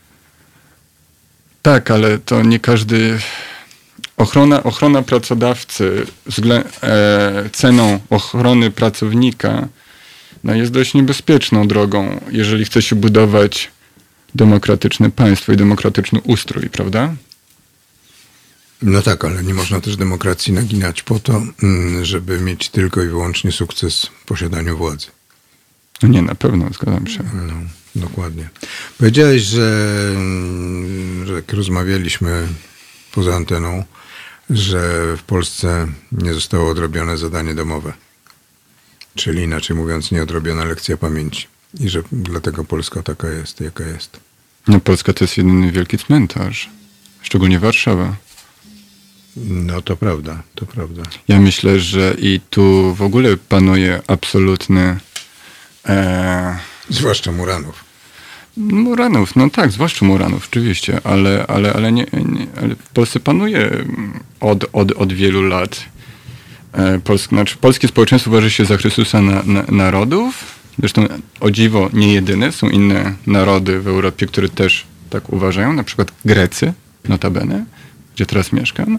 Tak, ale to nie każdy... Ochrona pracodawcy ceną ochrony pracownika jest dość niebezpieczną drogą, jeżeli chce się budować demokratyczne państwo i demokratyczny ustrój, prawda? No tak, ale nie można też demokracji naginać po to, żeby mieć tylko i wyłącznie sukces w posiadaniu władzy. No nie, na pewno, zgadzam się. No, dokładnie. Powiedziałeś, że jak rozmawialiśmy poza anteną, że w Polsce nie zostało odrobione zadanie domowe. Czyli inaczej mówiąc, nieodrobiona lekcja pamięci. I że dlatego Polska taka jest, jaka jest. No Polska to jest jedyny wielki cmentarz. Szczególnie Warszawa. No to prawda, to prawda. Ja myślę, że i tu w ogóle panuje absolutny... Zwłaszcza Muranów. Muranów, no tak, zwłaszcza Muranów, oczywiście, ale w Polsce panuje od wielu lat. Polskie społeczeństwo uważa się za Chrystusa narodów. Zresztą o dziwo nie jedyne, są inne narody w Europie, które też tak uważają, na przykład Grecy, notabene, gdzie teraz mieszkam.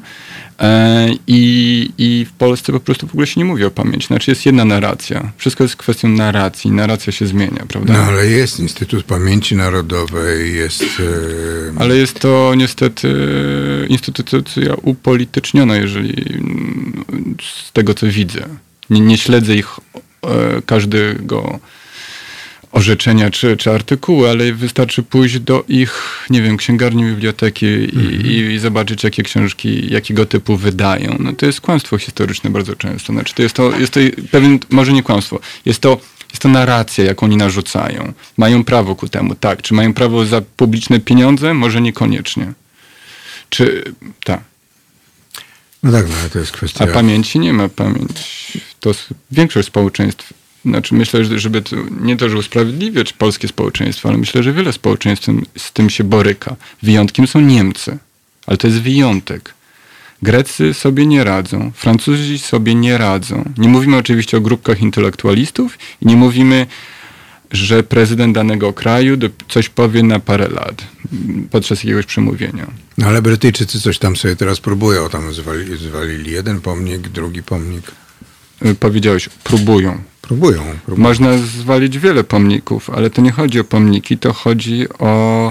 I w Polsce po prostu w ogóle się nie mówi o pamięci. Znaczy jest jedna narracja. Wszystko jest kwestią narracji. Narracja się zmienia, prawda? No ale jest Instytut Pamięci Narodowej, jest... Ale jest to niestety instytucja upolityczniona, jeżeli z tego co widzę. Nie śledzę ich każdego orzeczenia czy artykuły, ale wystarczy pójść do ich, nie wiem, księgarni, biblioteki i zobaczyć, jakie książki, jakiego typu wydają. No to jest kłamstwo historyczne bardzo często. Znaczy to jest to pewien, może nie kłamstwo, jest to narracja, jaką oni narzucają. Mają prawo ku temu, tak. Czy mają prawo za publiczne pieniądze? Może niekoniecznie. Tak. No tak, no ale to jest kwestia... A pamięci nie ma. To większość społeczeństw. Znaczy myślę, że żeby to, nie to, że usprawiedliwiać polskie społeczeństwo, ale myślę, że wiele społeczeństw z tym się boryka. Wyjątkiem są Niemcy. Ale to jest wyjątek. Grecy sobie nie radzą, Francuzi sobie nie radzą. Nie mówimy oczywiście o grupkach intelektualistów i nie mówimy, że prezydent danego kraju coś powie na parę lat podczas jakiegoś przemówienia. No ale Brytyjczycy coś tam sobie teraz próbują. Tam zwalili jeden pomnik, drugi pomnik. Powiedziałeś, próbują. Próbują. Można zwalić wiele pomników, ale to nie chodzi o pomniki, to chodzi o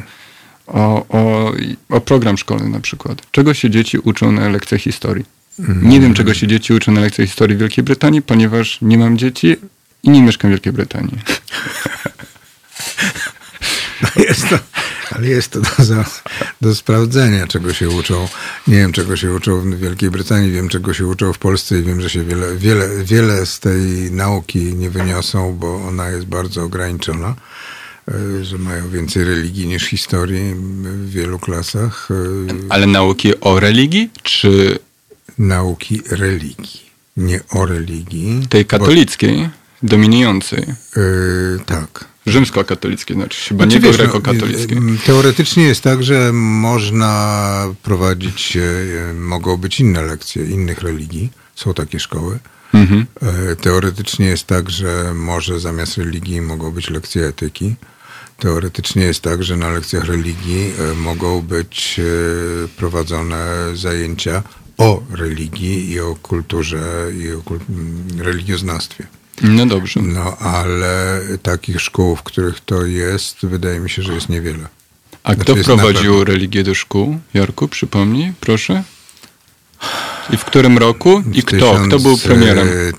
program szkolny na przykład. Czego się dzieci uczą na lekcjach historii? Nie wiem, czego się dzieci uczą na lekcjach historii w Wielkiej Brytanii, ponieważ nie mam dzieci i nie mieszkam w Wielkiej Brytanii. Ale jest to do sprawdzenia, czego się uczą. Nie wiem, czego się uczą w Wielkiej Brytanii, wiem, czego się uczą w Polsce i wiem, że się wiele z tej nauki nie wyniosą, bo ona jest bardzo ograniczona, że mają więcej religii niż historii w wielu klasach. Ale nauki o religii, czy... Nauki religii, nie o religii. Tej katolickiej, dominującej. Tak. Rzymskokatolickiej, znaczy chyba nie grekokatolickiej. Teoretycznie jest tak, że można prowadzić, mogą być inne lekcje innych religii. Są takie szkoły. Mhm. Teoretycznie jest tak, że może zamiast religii mogą być lekcje etyki. Teoretycznie jest tak, że na lekcjach religii mogą być prowadzone zajęcia o religii i o kulturze i o religioznawstwie. No dobrze. No, ale takich szkół, w których to jest, wydaje mi się, że jest niewiele. A kto wprowadził religię do szkół? Jarku, przypomnij, proszę. I w którym roku? I kto? Kto był premierem? W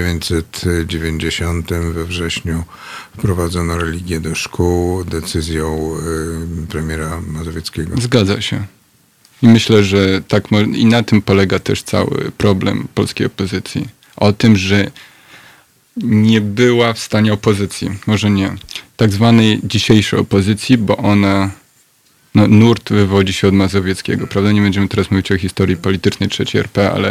1990 we wrześniu wprowadzono religię do szkół decyzją premiera Mazowieckiego. Zgadza się. I myślę, że tak i na tym polega też cały problem polskiej opozycji. O tym, że nie była w stanie opozycji, może nie, tak zwanej dzisiejszej opozycji, bo ona, nurt wywodzi się od Mazowieckiego, prawda? Nie będziemy teraz mówić o historii politycznej III RP, ale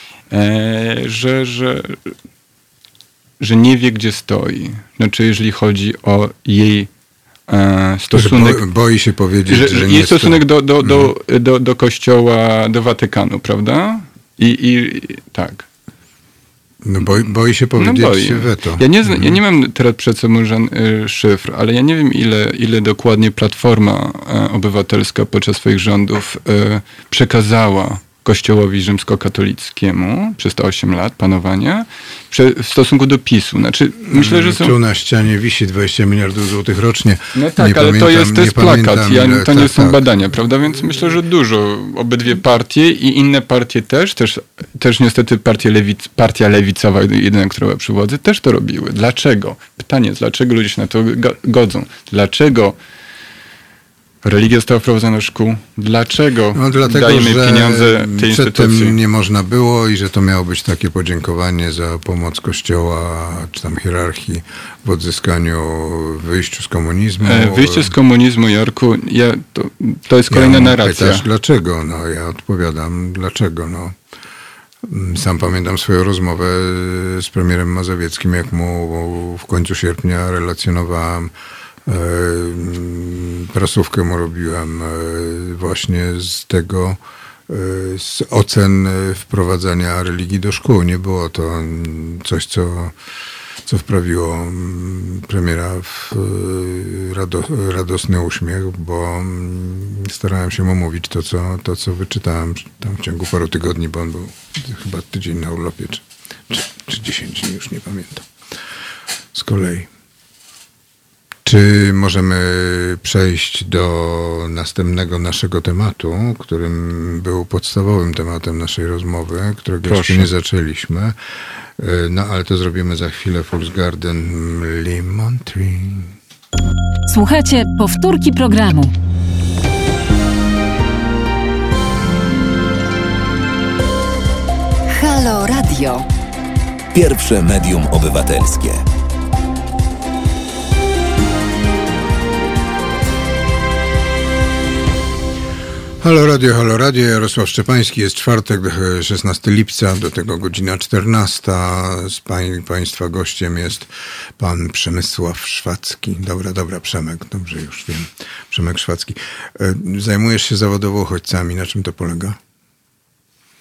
że nie wie, gdzie stoi. Znaczy, jeżeli chodzi o jej stosunek... Boi się powiedzieć, że nie jej stosunek do Kościoła, do Watykanu, prawda? I tak. No boi się powiedzieć weto. Ja nie mam teraz przed sobą szyfr, ale ja nie wiem, ile dokładnie Platforma Obywatelska podczas swoich rządów przekazała Kościołowi rzymskokatolickiemu przez te 8 lat panowania w stosunku do PiS-u. Znaczy, myślę, że są... Tu na ścianie wisi 20 miliardów złotych rocznie. No tak, ale to jest plakat, to nie są badania, prawda? Więc myślę, że dużo. Obydwie partie i inne partie też niestety partia lewicowa, jedyna, która była przy władzy, też to robiły. Dlaczego? Pytanie jest, dlaczego ludzie się na to godzą? Dlaczego religia została wprowadzona do szkół? Dlaczego dajemy pieniądze tej instytucji? Przedtem nie można było i że to miało być takie podziękowanie za pomoc Kościoła, czy tam hierarchii w odzyskaniu, wyjściu z komunizmu. Wyjście z komunizmu, Jarku, to jest kolejna narracja. Pytasz, dlaczego? No, ja odpowiadam, dlaczego? No. Sam pamiętam swoją rozmowę z premierem Mazowieckim, jak mu w końcu sierpnia relacjonowałem, prasówkę mu robiłem właśnie z ocen wprowadzania religii do szkół. Nie było to coś, co wprawiło premiera w radosny uśmiech, bo starałem się mu mówić to, co wyczytałem tam w ciągu paru tygodni, bo on był chyba tydzień na urlopie, czy 10 dni, już nie pamiętam. Z kolei. Czy możemy przejść do następnego naszego tematu, którym był podstawowym tematem naszej rozmowy, którego jeszcze nie zaczęliśmy? No, ale to zrobimy za chwilę. Fool's Garden, Lemon Tree. Słuchajcie, powtórki programu. Halo Radio. Pierwsze medium obywatelskie. Halo Radio, Jarosław Szczepański, jest czwartek, 16 lipca, do tego godzina 14. Z Państwa gościem jest pan Przemysław Szwacki. Dobra, Przemek, dobrze już wiem. Przemek Szwacki. Zajmujesz się zawodowo uchodźcami, na czym to polega?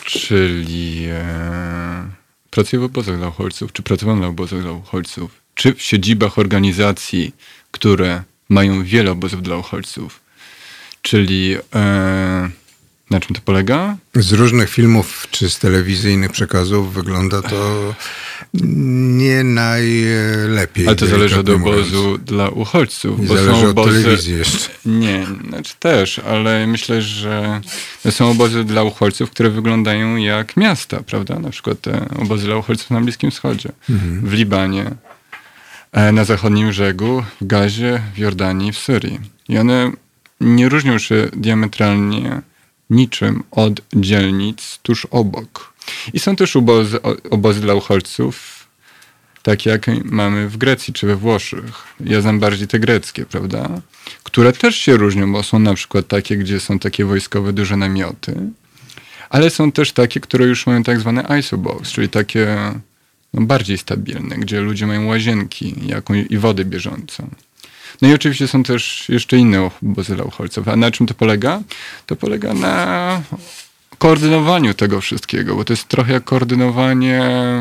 czyli pracuję w obozach dla uchodźców, czy pracowałem na obozach dla uchodźców, czy w siedzibach organizacji, które mają wiele obozów dla uchodźców, czyli na czym to polega? Z różnych filmów czy z telewizyjnych przekazów wygląda to nie najlepiej. Ale to zależy od obozu dla uchodźców. I bo zależy są od telewizji jeszcze. Nie, znaczy też, ale myślę, że są obozy dla uchodźców, które wyglądają jak miasta, prawda? Na przykład te obozy dla uchodźców na Bliskim Wschodzie, w Libanie, na zachodnim brzegu, w Gazie, w Jordanii, w Syrii. I one nie różnią się diametralnie niczym od dzielnic tuż obok. I są też obozy dla uchodźców, takie jak mamy w Grecji czy we Włoszech. Ja znam bardziej te greckie, prawda? Które też się różnią, bo są na przykład takie, gdzie są takie wojskowe duże namioty, ale są też takie, które już mają tak zwane isobox, czyli takie bardziej stabilne, gdzie ludzie mają łazienki i wodę bieżącą. No i oczywiście są też jeszcze inne obozy dla uchodźców. A na czym to polega? To polega na koordynowaniu tego wszystkiego, bo to jest trochę jak koordynowanie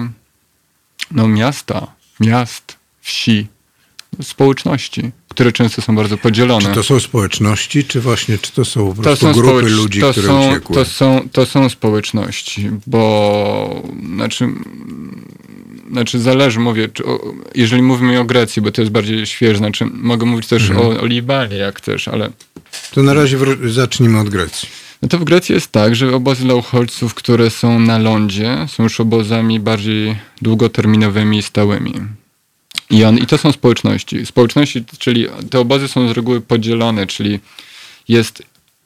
miast, wsi, społeczności, które często są bardzo podzielone. Czy to są społeczności, czy to są po prostu grupy ludzi, które uciekły? To są społeczności, bo znaczy zależy, jeżeli mówimy o Grecji, bo to jest bardziej świeże, mogę mówić też o Libanie, jak też, ale... To na razie zacznijmy od Grecji. No to w Grecji jest tak, że obozy dla uchodźców, które są na lądzie, są już obozami bardziej długoterminowymi i stałymi. I to są społeczności. Społeczności, czyli te obozy są z reguły podzielone, czyli jest...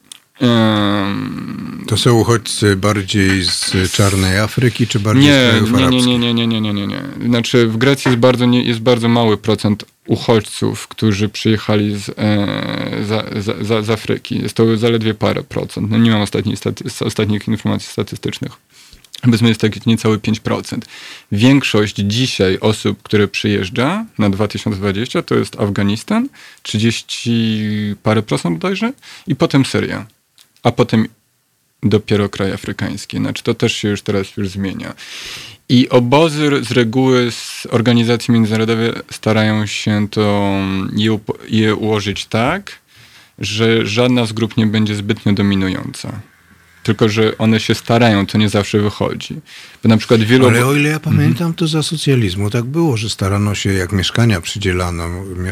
To są uchodźcy bardziej z czarnej Afryki, czy bardziej z krajów arabskich? Nie. Znaczy w Grecji jest bardzo mały procent uchodźców, którzy przyjechali z Afryki. Jest to zaledwie parę procent. No nie mam ostatnich informacji statystycznych. Powiedzmy jest tak niecały 5%. Większość dzisiaj osób, które przyjeżdża na 2020, to jest Afganistan, 30 parę procent bodajże, i potem Syria. A potem dopiero kraje afrykańskie. Znaczy to też się już teraz zmienia. I obozy z reguły z organizacji międzynarodowe starają się je ułożyć tak, że żadna z grup nie będzie zbytnio dominująca. Tylko że one się starają, to nie zawsze wychodzi. Bo na przykład Ale o ile ja pamiętam, to za socjalizmu tak było, że starano się, jak mieszkania przydzielano,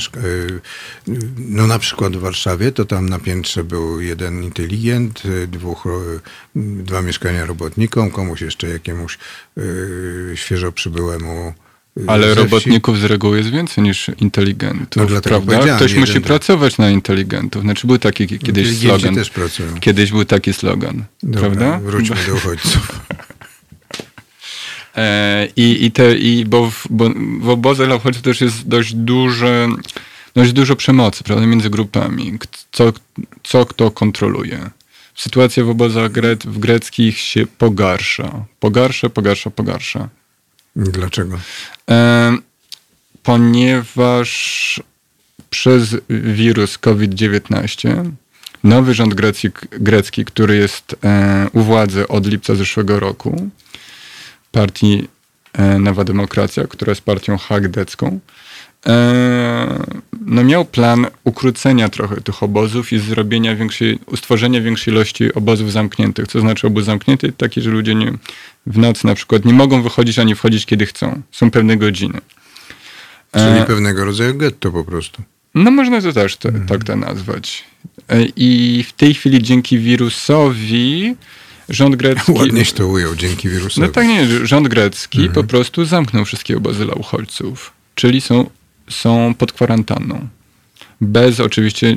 no na przykład w Warszawie, to tam na piętrze był jeden inteligent, dwa mieszkania robotnikom, komuś jeszcze jakiemuś świeżo przybyłemu. Ale robotników z reguły jest więcej niż inteligentów, no dlatego prawda? Ktoś musi pracować na inteligentów. Znaczy był taki kiedyś slogan. Też pracują. Kiedyś był taki slogan, dobra, prawda? Wróćmy do uchodźców. Bo w obozach dla uchodźców też jest dość dużo przemocy, prawda, między grupami. Co kto kontroluje. Sytuacja w obozach greckich się pogarsza. Dlaczego? Ponieważ przez wirus COVID-19 nowy rząd grecki, który jest u władzy od lipca zeszłego roku, partii Nowa Demokracja, która jest partią chadecką, miał plan ukrócenia trochę tych obozów i stworzenia większej ilości obozów zamkniętych. Co znaczy obóz zamknięty? Taki, że ludzie w nocy na przykład nie mogą wychodzić ani wchodzić kiedy chcą. Są pewne godziny. Czyli pewnego rodzaju getto po prostu. No można to też tak to nazwać. I w tej chwili dzięki wirusowi rząd grecki... Ładnieś to ujął, dzięki wirusowi. No tak nie, rząd grecki po prostu zamknął wszystkie obozy dla uchodźców. Czyli są pod kwarantanną. Oczywiście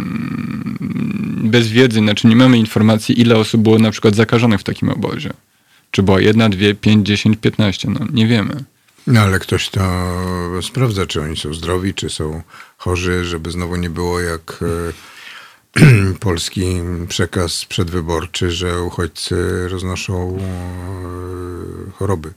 bez wiedzy, znaczy nie mamy informacji, ile osób było na przykład zakażonych w takim obozie. Czy była 1, 2, 5, 10, 15, nie wiemy. No ale ktoś to sprawdza, czy oni są zdrowi, czy są chorzy, żeby znowu nie było jak polski przekaz przedwyborczy, że uchodźcy roznoszą choroby.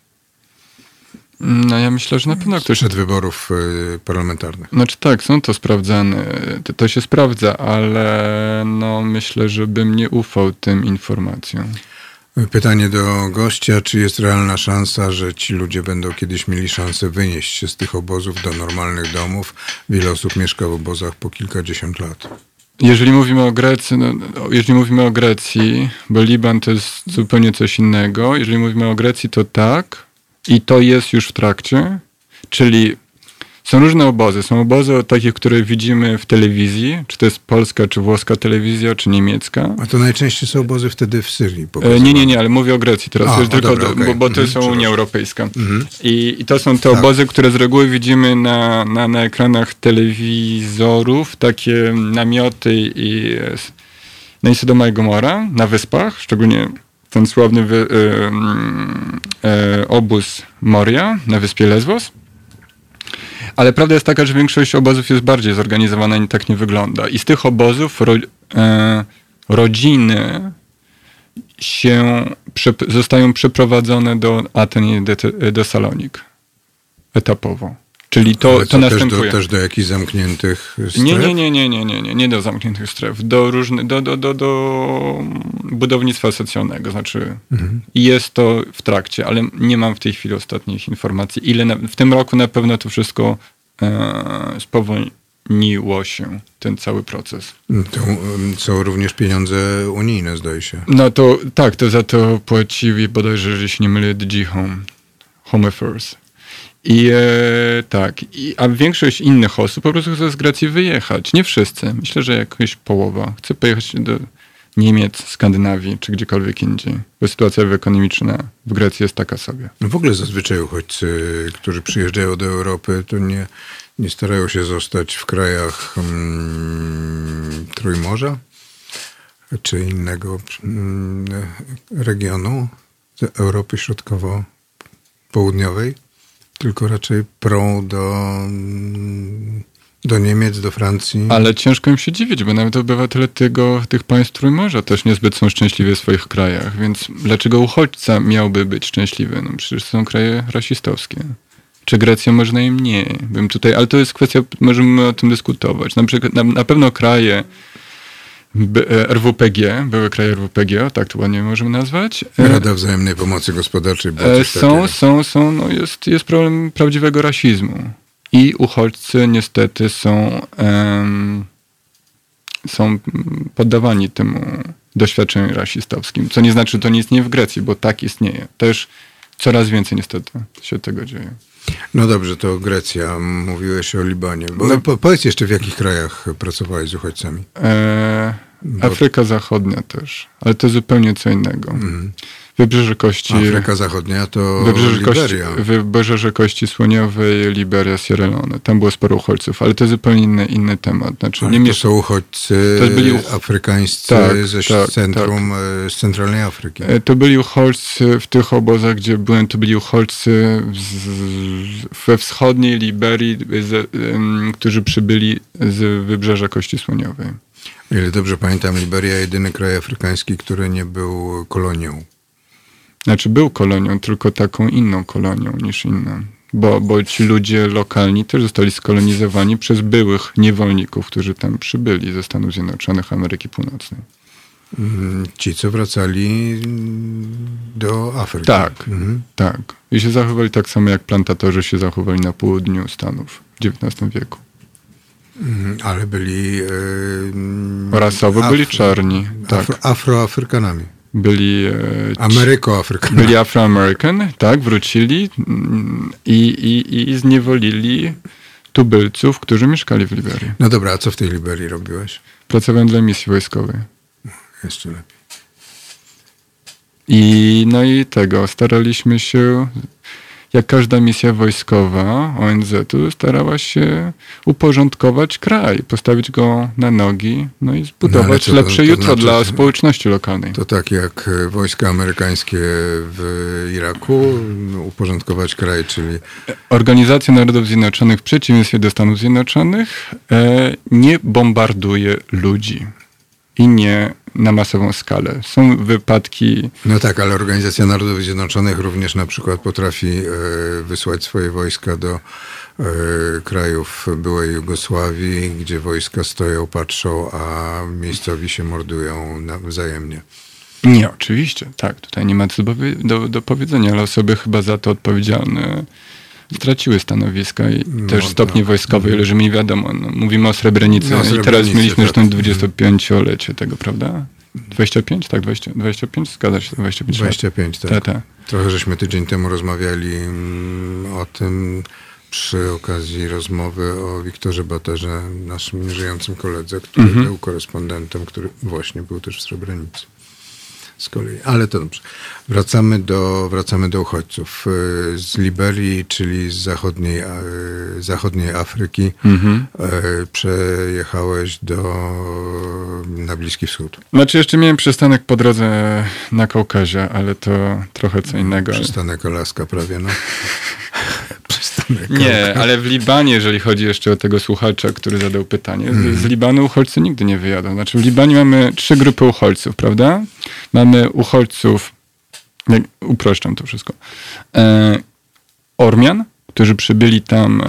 No ja myślę, że na pewno ktoś... Przed wyborów parlamentarnych. Znaczy tak, są to sprawdzane, to się sprawdza, ale myślę, że bym nie ufał tym informacjom. Pytanie do gościa, czy jest realna szansa, że ci ludzie będą kiedyś mieli szansę wynieść się z tych obozów do normalnych domów? Wiele osób mieszka w obozach po kilkadziesiąt lat. Jeżeli mówimy o Grecji, bo Liban to jest zupełnie coś innego. Jeżeli mówimy o Grecji, to tak. I to jest już w trakcie. Czyli są różne obozy. Są obozy takie, które widzimy w telewizji. Czy to jest polska, czy włoska telewizja, czy niemiecka. A to najczęściej są obozy wtedy w Syrii. Nie, ale mówię o Grecji teraz. Bo to jest Unia Europejska. I to są te obozy, które z reguły widzimy na ekranach telewizorów. Takie namioty i Sodoma i Gomora na wyspach. Szczególnie ten sławny obóz Moria na wyspie Lesbos. Ale prawda jest taka, że większość obozów jest bardziej zorganizowana i tak nie wygląda. I z tych obozów rodziny zostają przeprowadzone do Aten i do Salonik etapowo. Czyli to następuje. Też do jakichś zamkniętych stref? Nie do zamkniętych stref. Do budownictwa socjalnego. Znaczy jest to w trakcie, ale nie mam w tej chwili ostatnich informacji. W tym roku na pewno to wszystko spowolniło się, ten cały proces. To są również pieniądze unijne, zdaje się. No to tak, to za to płacili bodajże, jeżeli się nie mylę, DG Home Affairs. A większość innych osób po prostu chce z Grecji wyjechać. Nie wszyscy. Myślę, że jakaś połowa chce pojechać do Niemiec, Skandynawii, czy gdziekolwiek indziej. Bo sytuacja ekonomiczna w Grecji jest taka sobie. No w ogóle zazwyczaj uchodźcy, którzy przyjeżdżają do Europy, to nie starają się zostać w krajach Trójmorza, czy innego regionu Europy Środkowo-Południowej, tylko raczej prą do Niemiec, do Francji. Ale ciężko im się dziwić, bo nawet obywatele tych państw Trójmorza też niezbyt są szczęśliwi w swoich krajach, więc dlaczego uchodźca miałby być szczęśliwy? No przecież są kraje rasistowskie. Czy Grecja może najmniej? Ale to jest kwestia, możemy o tym dyskutować. Na przykład na pewno kraje RWPG, były kraje RWPG, tak to ładnie możemy nazwać. Rada Wzajemnej Pomocy Gospodarczej. Jest problem prawdziwego rasizmu. I uchodźcy niestety są poddawani temu doświadczeniu rasistowskim. Co nie znaczy, że to nie istnieje w Grecji, bo tak istnieje. Też coraz więcej niestety się tego dzieje. No dobrze, to Grecja. Mówiłeś o Libanie. Powiedz jeszcze, w jakich krajach pracowałeś z uchodźcami? Afryka Zachodnia też, ale to zupełnie co innego. Wybrzeże Kości... Afryka Zachodnia to Liberia. Wybrzeże Kości Słoniowej, Liberia, Sierra Leone. Tam było sporo uchodźców, ale to zupełnie inny temat. Znaczy, to są uchodźcy afrykańscy z centralnej Afryki. To byli uchodźcy w tych obozach, gdzie byłem, to byli uchodźcy we wschodniej Liberii, którzy przybyli z Wybrzeża Kości Słoniowej. O ile dobrze pamiętam, Liberia jedyny kraj afrykański, który nie był kolonią. Znaczy był kolonią, tylko taką inną kolonią niż inne. Bo ci ludzie lokalni też zostali skolonizowani przez byłych niewolników, którzy tam przybyli ze Stanów Zjednoczonych Ameryki Północnej. Ci, co wracali do Afryki. Tak. I się zachowali tak samo, jak plantatorzy się zachowali na południu Stanów w XIX wieku. Ale byli... rasowo byli czarni. Tak. Afroafrykanami. Byli... Amerykoafrykanami. Byli Afroamerykan, tak, wrócili i zniewolili tubylców, którzy mieszkali w Liberii. No dobra, a co w tej Liberii robiłeś? Pracowałem dla misji wojskowej. Jeszcze lepiej. I staraliśmy się, jak każda misja wojskowa ONZ-u, starała się uporządkować kraj, postawić go na nogi, i zbudować lepsze jutro dla społeczności lokalnej. To tak jak wojska amerykańskie w Iraku, uporządkować kraj, czyli... Organizacja Narodów Zjednoczonych w przeciwieństwie do Stanów Zjednoczonych nie bombarduje ludzi i nie na masową skalę. Są wypadki... No tak, ale Organizacja Narodów Zjednoczonych również na przykład potrafi wysłać swoje wojska do krajów byłej Jugosławii, gdzie wojska stoją, patrzą, a miejscowi się mordują wzajemnie. Nie, oczywiście, tak. Tutaj nie ma co do powiedzenia, ale osoby chyba za to odpowiedzialne straciły stanowiska i też stopnie wojskowe, ile że mi wiadomo. No, mówimy o Srebrenicy i teraz mieliśmy zresztą 25-lecie tego, prawda? 25? Tak, 25? Zgadza się, 25 lat. 25, tak. Trochę żeśmy tydzień temu rozmawiali o tym przy okazji rozmowy o Wiktorze Baterze, naszym nieżyjącym koledze, który był korespondentem, który właśnie był też w Srebrenicy. Z kolei. Ale to dobrze. Wracamy do uchodźców. Z Liberii, czyli z zachodniej Afryki, przejechałeś na Bliski Wschód. Znaczy jeszcze miałem przystanek po drodze na Kaukazie, ale to trochę co innego. Przystanek Alaska prawie, no. Nie, ale w Libanie, jeżeli chodzi jeszcze o tego słuchacza, który zadał pytanie, z Libanu uchodźcy nigdy nie wyjadą. Znaczy w Libanie mamy 3 grupy uchodźców, prawda? Mamy uchodźców, uproszczam to wszystko, Ormian, którzy przybyli tam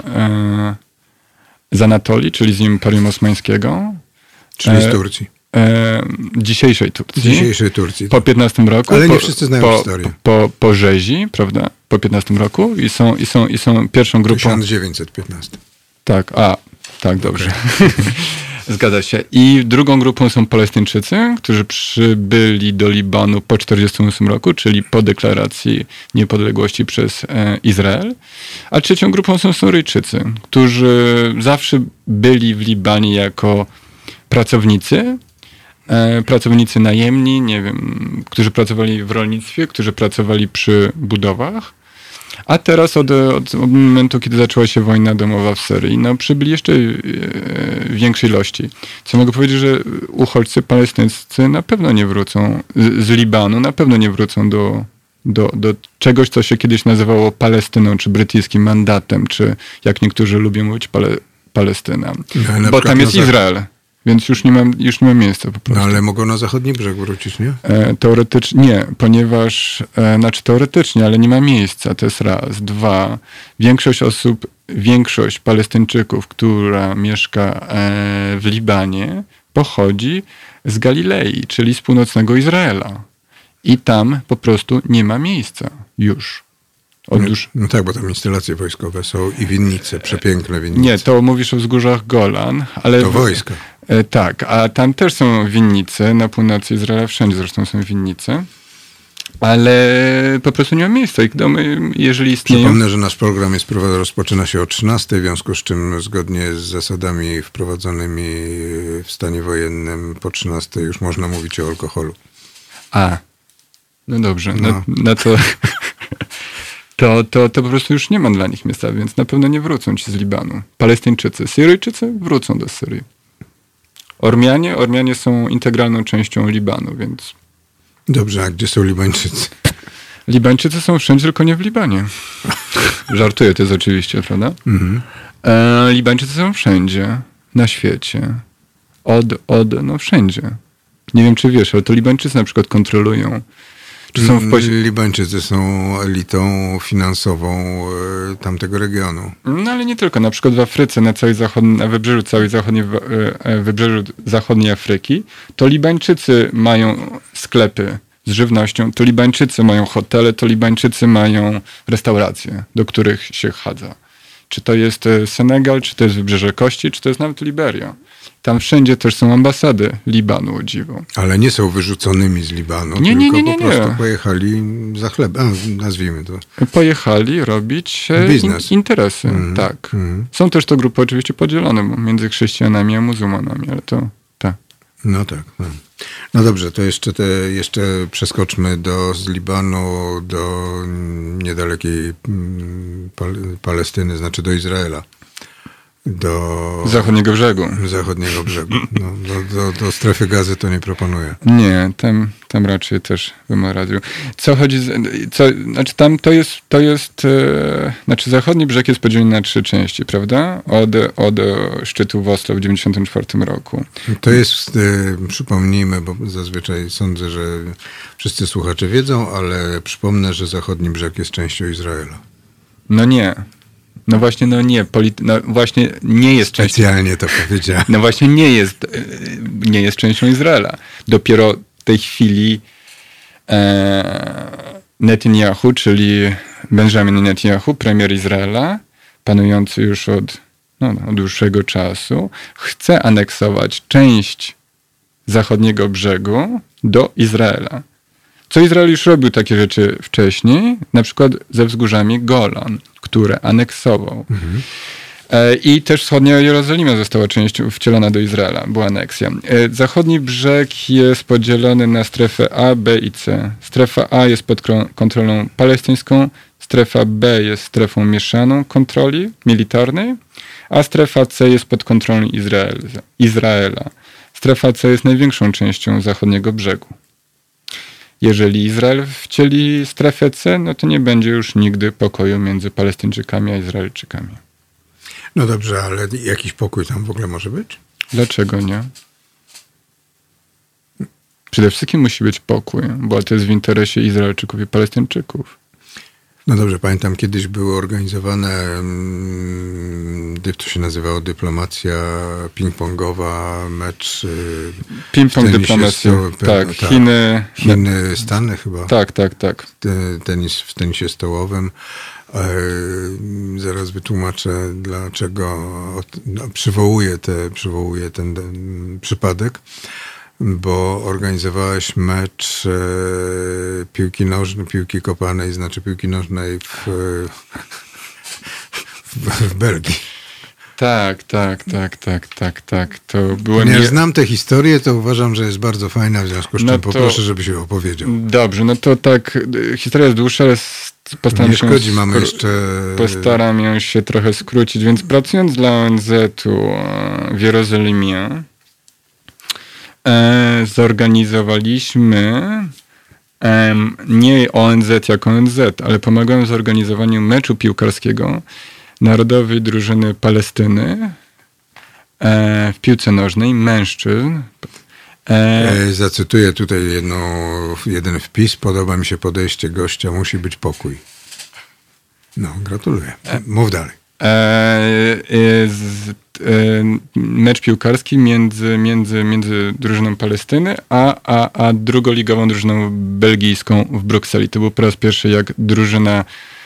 z Anatolii, czyli z Imperium Osmańskiego. Czyli z Turcji. Dzisiejszej Turcji. Po 15 roku. Ale nie wszyscy znają historię. Po rzezi, prawda? Po 15 roku i są pierwszą grupą... 1915. Tak, dobrze. Zgadza się. I drugą grupą są Palestyńczycy, którzy przybyli do Libanu po 1948 roku, czyli po deklaracji niepodległości przez Izrael. A trzecią grupą są Syryjczycy, którzy zawsze byli w Libanie jako pracownicy najemni, nie wiem, którzy pracowali w rolnictwie, którzy pracowali przy budowach, a teraz od momentu, kiedy zaczęła się wojna domowa w Syrii, przybyli jeszcze w większej ilości. Co mogę powiedzieć, że uchodźcy palestyńscy na pewno nie wrócą z Libanu, na pewno nie wrócą do czegoś, co się kiedyś nazywało Palestyną, czy brytyjskim mandatem, czy jak niektórzy lubią mówić Palestyna. Bo tam jest Izrael. Więc już nie ma miejsca po prostu. No ale mogą na zachodni brzeg wrócić, nie? Teoretycznie nie, ponieważ, teoretycznie, ale nie ma miejsca, to jest raz. 2, większość Palestyńczyków, która mieszka w Libanie, pochodzi z Galilei, czyli z północnego Izraela. I tam po prostu nie ma miejsca już. No tak, bo tam instalacje wojskowe są i winnice, przepiękne winnice. Nie, to mówisz o wzgórzach Golan, ale... To wojska. Tak, a tam też są winnice, na północy Izraela wszędzie zresztą są winnice, ale po prostu nie ma miejsca. I domy, jeżeli istnieją... Przypomnę, że nasz program rozpoczyna się o 13:00, w związku z czym zgodnie z zasadami wprowadzonymi w stanie wojennym po 13:00 już można mówić o alkoholu. No dobrze, na to... To po prostu już nie ma dla nich miejsca, więc na pewno nie wrócą ci z Libanu. Palestyńczycy. Syryjczycy wrócą do Syrii. Ormianie są integralną częścią Libanu, więc... Dobrze, a gdzie są Libańczycy? Libańczycy są wszędzie, tylko nie w Libanie. Żartuję, to jest oczywiście, prawda? Libańczycy są wszędzie, na świecie. Wszędzie. Nie wiem, czy wiesz, ale to Libańczycy na przykład kontrolują. Libańczycy są elitą finansową tamtego regionu. No ale nie tylko. Na przykład w Afryce, na wybrzeżu zachodniej Afryki, to Libańczycy mają sklepy z żywnością, to Libańczycy mają hotele, to Libańczycy mają restauracje, do których się chadza. Czy to jest Senegal, czy to jest Wybrzeże Kości, czy to jest nawet Liberia. Tam wszędzie też są ambasady Libanu, o dziwo. Ale nie są wyrzuconymi z Libanu, tylko po prostu pojechali za chleb, nazwijmy to. Pojechali robić interesy, tak. Są też to grupy oczywiście podzielone między chrześcijanami a muzułmanami, ale to tak. No tak. No dobrze, to jeszcze przeskoczmy z Libanu do niedalekiej Palestyny, znaczy do Izraela. Do zachodniego brzegu. No, do strefy Gazy to nie proponuję. Nie, tam raczej też bym radził. Znaczy tam to jest zachodni brzeg jest podzielony na 3 części, prawda? Od szczytu w Oslo w 1994 roku. To jest, przypomnijmy, bo zazwyczaj sądzę, że wszyscy słuchacze wiedzą, ale przypomnę, że zachodni brzeg jest częścią Izraela. No nie. No właśnie, właśnie nie jest częścią... Specjalnie to powiedziałem. No właśnie nie jest częścią Izraela. Dopiero w tej chwili Netanyahu, czyli Benjamin Netanyahu, premier Izraela, panujący już od dłuższego czasu, chce aneksować część zachodniego brzegu do Izraela. Co Izrael już robił takie rzeczy wcześniej, na przykład ze wzgórzami Golan, które aneksował. I też wschodnia Jerozolima została częścią wcielona do Izraela, była aneksja. Zachodni brzeg jest podzielony na strefę A, B i C. Strefa A jest pod kontrolą palestyńską, strefa B jest strefą mieszaną kontroli militarnej, a strefa C jest pod kontrolą Izraela. Strefa C jest największą częścią zachodniego brzegu. Jeżeli Izrael wcieli strefę C, no to nie będzie już nigdy pokoju między Palestyńczykami a Izraelczykami. No dobrze, ale jakiś pokój tam w ogóle może być? Dlaczego nie? Przede wszystkim musi być pokój, bo to jest w interesie Izraelczyków i Palestyńczyków. No dobrze, pamiętam kiedyś były organizowane, to się nazywało dyplomacja ping-pongowa, mecz ping-pong dyplomacja, tak. Chiny, Stany chyba. Tak. W tenisie stołowym. Zaraz wytłumaczę, dlaczego przywołuję ten przypadek, bo organizowałeś mecz piłki kopanej, znaczy piłki nożnej w Belgii. Tak. To było jak znam tę historię, to uważam, że jest bardzo fajna, w związku z czym poproszę, żebyś ją opowiedział. Dobrze, no to tak, historia jest dłuższa, ale postaram się trochę skrócić. Więc pracując dla ONZ-u w Jerozolimie, zorganizowaliśmy nie ONZ jako ONZ, ale pomagałem w zorganizowaniu meczu piłkarskiego Narodowej Drużyny Palestyny w piłce nożnej mężczyzn. Zacytuję tutaj jeden wpis. Podoba mi się podejście gościa, musi być pokój. No, gratuluję. Mów dalej. Mecz piłkarski między drużyną Palestyny a drugoligową drużyną belgijską w Brukseli. To był po raz pierwszy, jak drużyna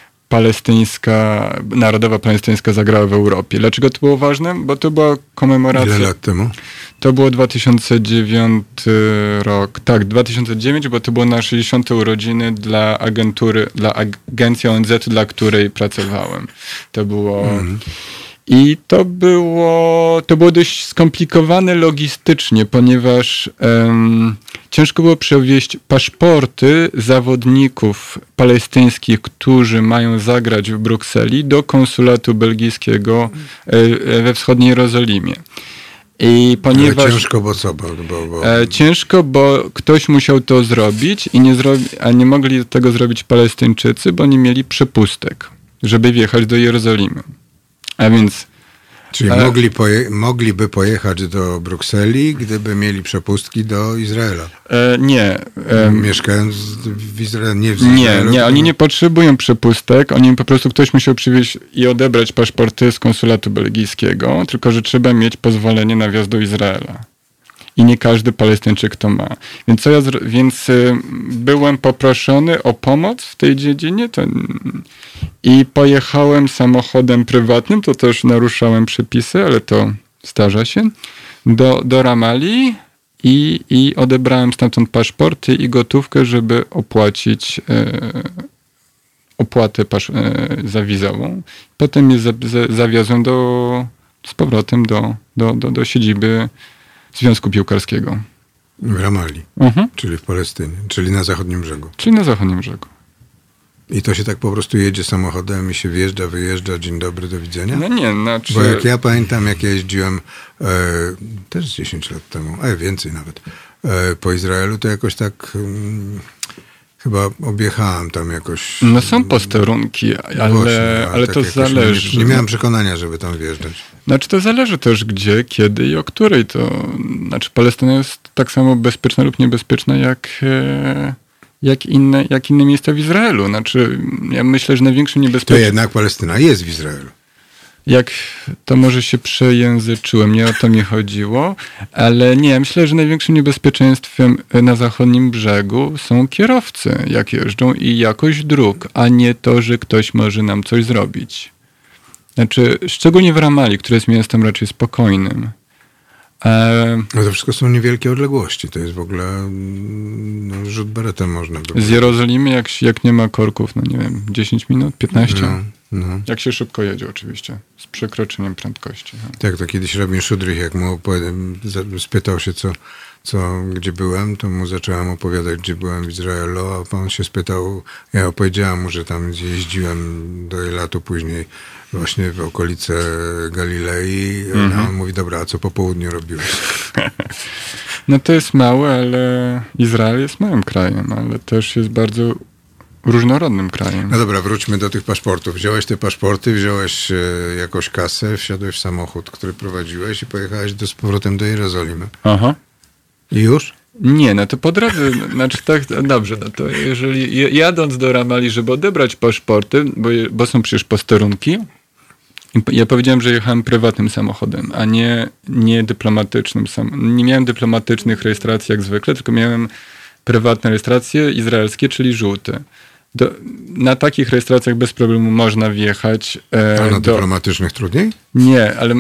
narodowa palestyńska zagrała w Europie. Dlaczego to było ważne? Bo to była komemoracja... Ile lat temu? To było 2009 rok. Tak, 2009, bo to było na 60. urodziny dla agencji ONZ, dla której pracowałem. To było... I to było dość skomplikowane logistycznie, ponieważ ciężko było przewieźć paszporty zawodników palestyńskich, którzy mają zagrać w Brukseli, do konsulatu belgijskiego we wschodniej Jerozolimie. I ponieważ, ale ciężko, bo co? Ciężko, bo ktoś musiał to zrobić a nie mogli tego zrobić Palestyńczycy, bo nie mieli przepustek, żeby wjechać do Jerozolimy. A więc... Czyli mogliby pojechać do Brukseli, gdyby mieli przepustki do Izraela? Nie. Mieszkając w Izraelu, nie w Izraelu? Nie, oni nie potrzebują przepustek, po prostu ktoś musiał przywieźć i odebrać paszporty z konsulatu belgijskiego, tylko że trzeba mieć pozwolenie na wjazd do Izraela. I nie każdy Palestyńczyk to ma. Więc byłem poproszony o pomoc w tej dziedzinie i pojechałem samochodem prywatnym, to też naruszałem przepisy, ale to zdarza się, do Ramalli i odebrałem stamtąd paszporty i gotówkę, żeby opłacić opłatę zawizową. Potem mnie zawiozłem z powrotem do siedziby Związku Piłkarskiego. W Ramalli, czyli w Palestynie, czyli na zachodnim brzegu. I to się tak po prostu jedzie samochodem i się wjeżdża, wyjeżdża, dzień dobry, do widzenia? No nie, Bo jak ja pamiętam, jak ja jeździłem też 10 lat temu, więcej nawet, po Izraelu, to jakoś tak chyba objechałem tam jakoś... No są posterunki, ale tak to zależy. Nie miałem przekonania, żeby tam wjeżdżać. Znaczy to zależy też gdzie, kiedy i o której to... Znaczy Palestyna jest tak samo bezpieczna lub niebezpieczna jak inne miejsca w Izraelu. Znaczy ja myślę, że największym niebezpieczeństwem... To jednak Palestyna jest w Izraelu. Jak to może się przejęzyczyłem, nie o to mi chodziło, ale nie, myślę, że największym niebezpieczeństwem na zachodnim brzegu są kierowcy, jak jeżdżą i jakość dróg, a nie to, że ktoś może nam coś zrobić. Znaczy, szczególnie w Ramali, które jest miastem raczej spokojnym. No to wszystko są niewielkie odległości. To jest w ogóle rzut beretem można by z Jerozolimy, jak nie ma korków, no nie wiem, 10 minut, 15? No. Jak się szybko jedzie oczywiście, z przekroczeniem prędkości. No. Tak, to kiedyś Rabin Szudrych, jak mu spytał się, gdzie byłem, to mu zacząłem opowiadać, gdzie byłem w Izraelu, a pan się spytał, ja opowiedziałem mu, że tam jeździłem do Eilatu później, właśnie w okolice Galilei. No, on mówi, dobra, a co po południu robiłeś? No to jest małe, ale Izrael jest małym krajem, ale też jest bardzo różnorodnym krajem. No dobra, wróćmy do tych paszportów. Wziąłeś te paszporty, wziąłeś jakąś kasę, wsiadłeś w samochód, który prowadziłeś i pojechałeś z powrotem do Jerozolimy. Aha. I już? Nie, no to po drodze, znaczy tak, dobrze, no to jeżeli jadąc do Ramali, żeby odebrać paszporty, bo są przecież posterunki, ja powiedziałem, że jechałem prywatnym samochodem, a nie dyplomatycznym. Nie miałem dyplomatycznych rejestracji jak zwykle, tylko miałem prywatne rejestracje izraelskie, czyli żółte. Na takich rejestracjach bez problemu można wjechać. A na dyplomatycznych trudniej? Nie, ale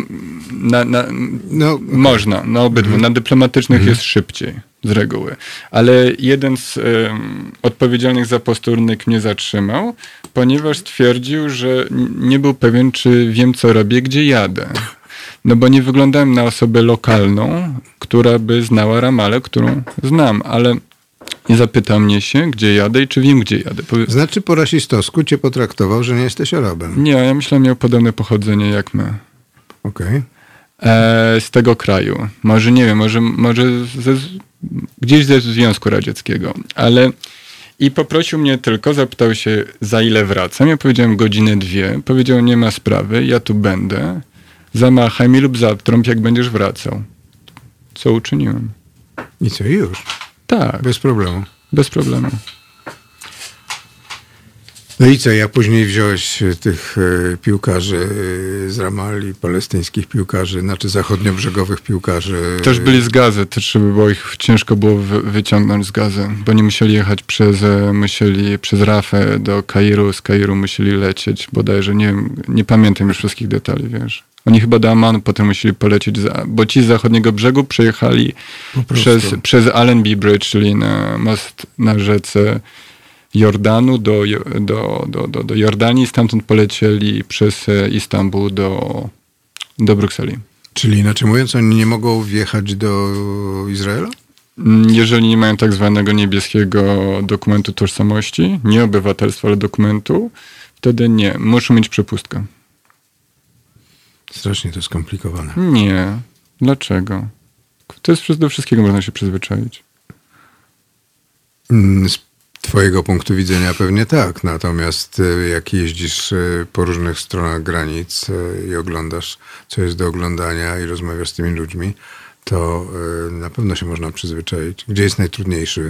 można, na obydwu. Na dyplomatycznych jest szybciej z reguły. Ale jeden z odpowiedzialnych za posterunek mnie zatrzymał, ponieważ stwierdził, że nie był pewien, czy wiem, co robię, gdzie jadę. No bo nie wyglądałem na osobę lokalną, która by znała Ramalę, którą znam, ale i zapytał mnie się, gdzie jadę i czy wiem, gdzie jadę. Znaczy po rasistowsku cię potraktował, że nie jesteś Arabem. Nie, ja myślę, miał podobne pochodzenie jak my. Okej. Z tego kraju. Może nie wiem, może gdzieś ze Związku Radzieckiego. Ale i poprosił mnie tylko, zapytał się, za ile wracam. Ja powiedziałem godzinę, 2. Powiedział, nie ma sprawy, ja tu będę. Zamachaj mi lub zatrąb, jak będziesz wracał. Co uczyniłem. I co, już? Tak. Bez problemu. Bez problemu. No i co, ja później wziąłeś tych piłkarzy z Ramali, palestyńskich piłkarzy, znaczy zachodniobrzegowych piłkarzy. Też byli z Gazy, też było ich ciężko było wyciągnąć z Gazy, bo nie musieli jechać przez Rafę do Kairu, z Kairu musieli lecieć bodajże, nie pamiętam już wszystkich detali, wiesz. Oni chyba do Amanu potem musieli polecieć, bo ci z zachodniego brzegu przejechali przez Allenby Bridge, czyli na most na rzece Jordanu do Jordanii, stamtąd polecieli przez Istanbul do Brukseli. Czyli inaczej mówiąc, oni nie mogą wjechać do Izraela? Jeżeli nie mają tak zwanego niebieskiego dokumentu tożsamości, nie obywatelstwa, ale dokumentu, wtedy nie. Muszą mieć przepustkę. Strasznie to skomplikowane. Nie. Dlaczego? To jest do wszystkiego można się przyzwyczaić. Z twojego punktu widzenia pewnie tak. Natomiast jak jeździsz po różnych stronach granic i oglądasz, co jest do oglądania i rozmawiasz z tymi ludźmi, to na pewno się można przyzwyczaić. Gdzie jest najtrudniejszy?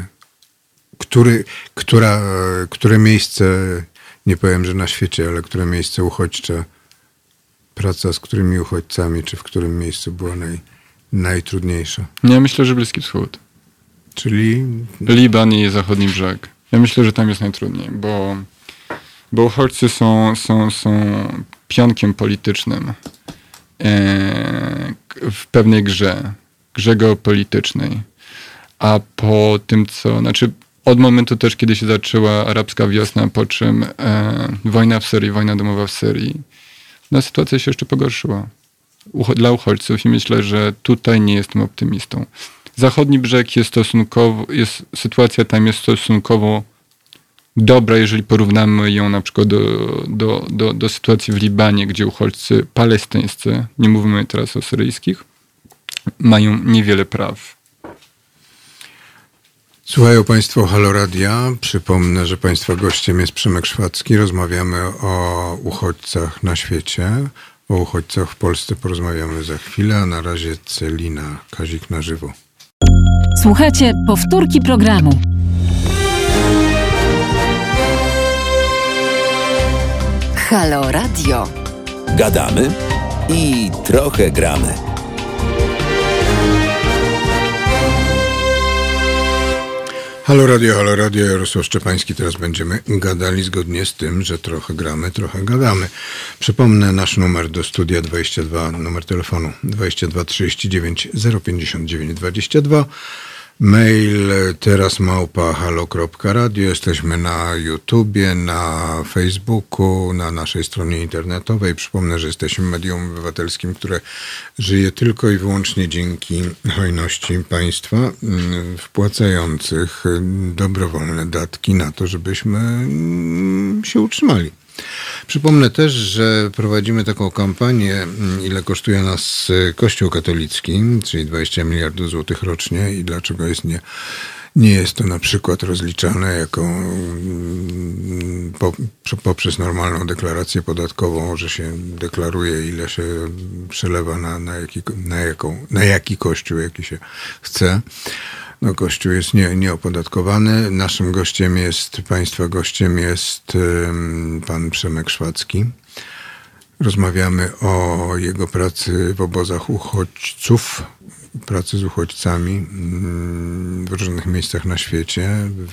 Które miejsce, nie powiem, że na świecie, ale które miejsce uchodźcze, praca z którymi uchodźcami, czy w którym miejscu była najtrudniejsza? Ja myślę, że Bliski Wschód. Czyli? Liban i Zachodni Brzeg. Ja myślę, że tam jest najtrudniej, bo uchodźcy są pionkiem politycznym w pewnej grze geopolitycznej. A po tym, od momentu też, kiedy się zaczęła arabska wiosna, po czym wojna w Syrii, wojna domowa w Syrii, sytuacja się jeszcze pogorszyła dla uchodźców i myślę, że tutaj nie jestem optymistą. Zachodni brzeg sytuacja tam jest stosunkowo dobra, jeżeli porównamy ją na przykład do sytuacji w Libanie, gdzie uchodźcy palestyńscy, nie mówimy teraz o syryjskich, mają niewiele praw. Słuchają Państwo Halo Radia. Przypomnę, że Państwa gościem jest Przemek Szwadzki. Rozmawiamy o uchodźcach na świecie. O uchodźcach w Polsce porozmawiamy za chwilę, a na razie Celina Kazik na żywo. Słuchajcie, powtórki programu. Halo Radio. Gadamy i trochę gramy. Halo Radio, Jarosław Szczepański. Teraz będziemy gadali zgodnie z tym, że trochę gramy, trochę gadamy. Przypomnę nasz numer do studia 22, numer telefonu 22 39 059 22. Mail teraz @halo.radio. Jesteśmy na YouTubie, na Facebooku, na naszej stronie internetowej. Przypomnę, że jesteśmy medium obywatelskim, które żyje tylko i wyłącznie dzięki hojności państwa wpłacających dobrowolne datki na to, żebyśmy się utrzymali. Przypomnę też, że prowadzimy taką kampanię, ile kosztuje nas Kościół katolicki, czyli 20 miliardów złotych rocznie i dlaczego nie jest to na przykład rozliczane jako poprzez normalną deklarację podatkową, że się deklaruje, ile się przelewa na jaki kościół, jaki się chce. No, Kościół jest nieopodatkowany. Naszym gościem jest, państwa gościem jest pan Przemek Szwacki. Rozmawiamy o jego pracy w obozach uchodźców, pracy z uchodźcami w różnych miejscach na świecie.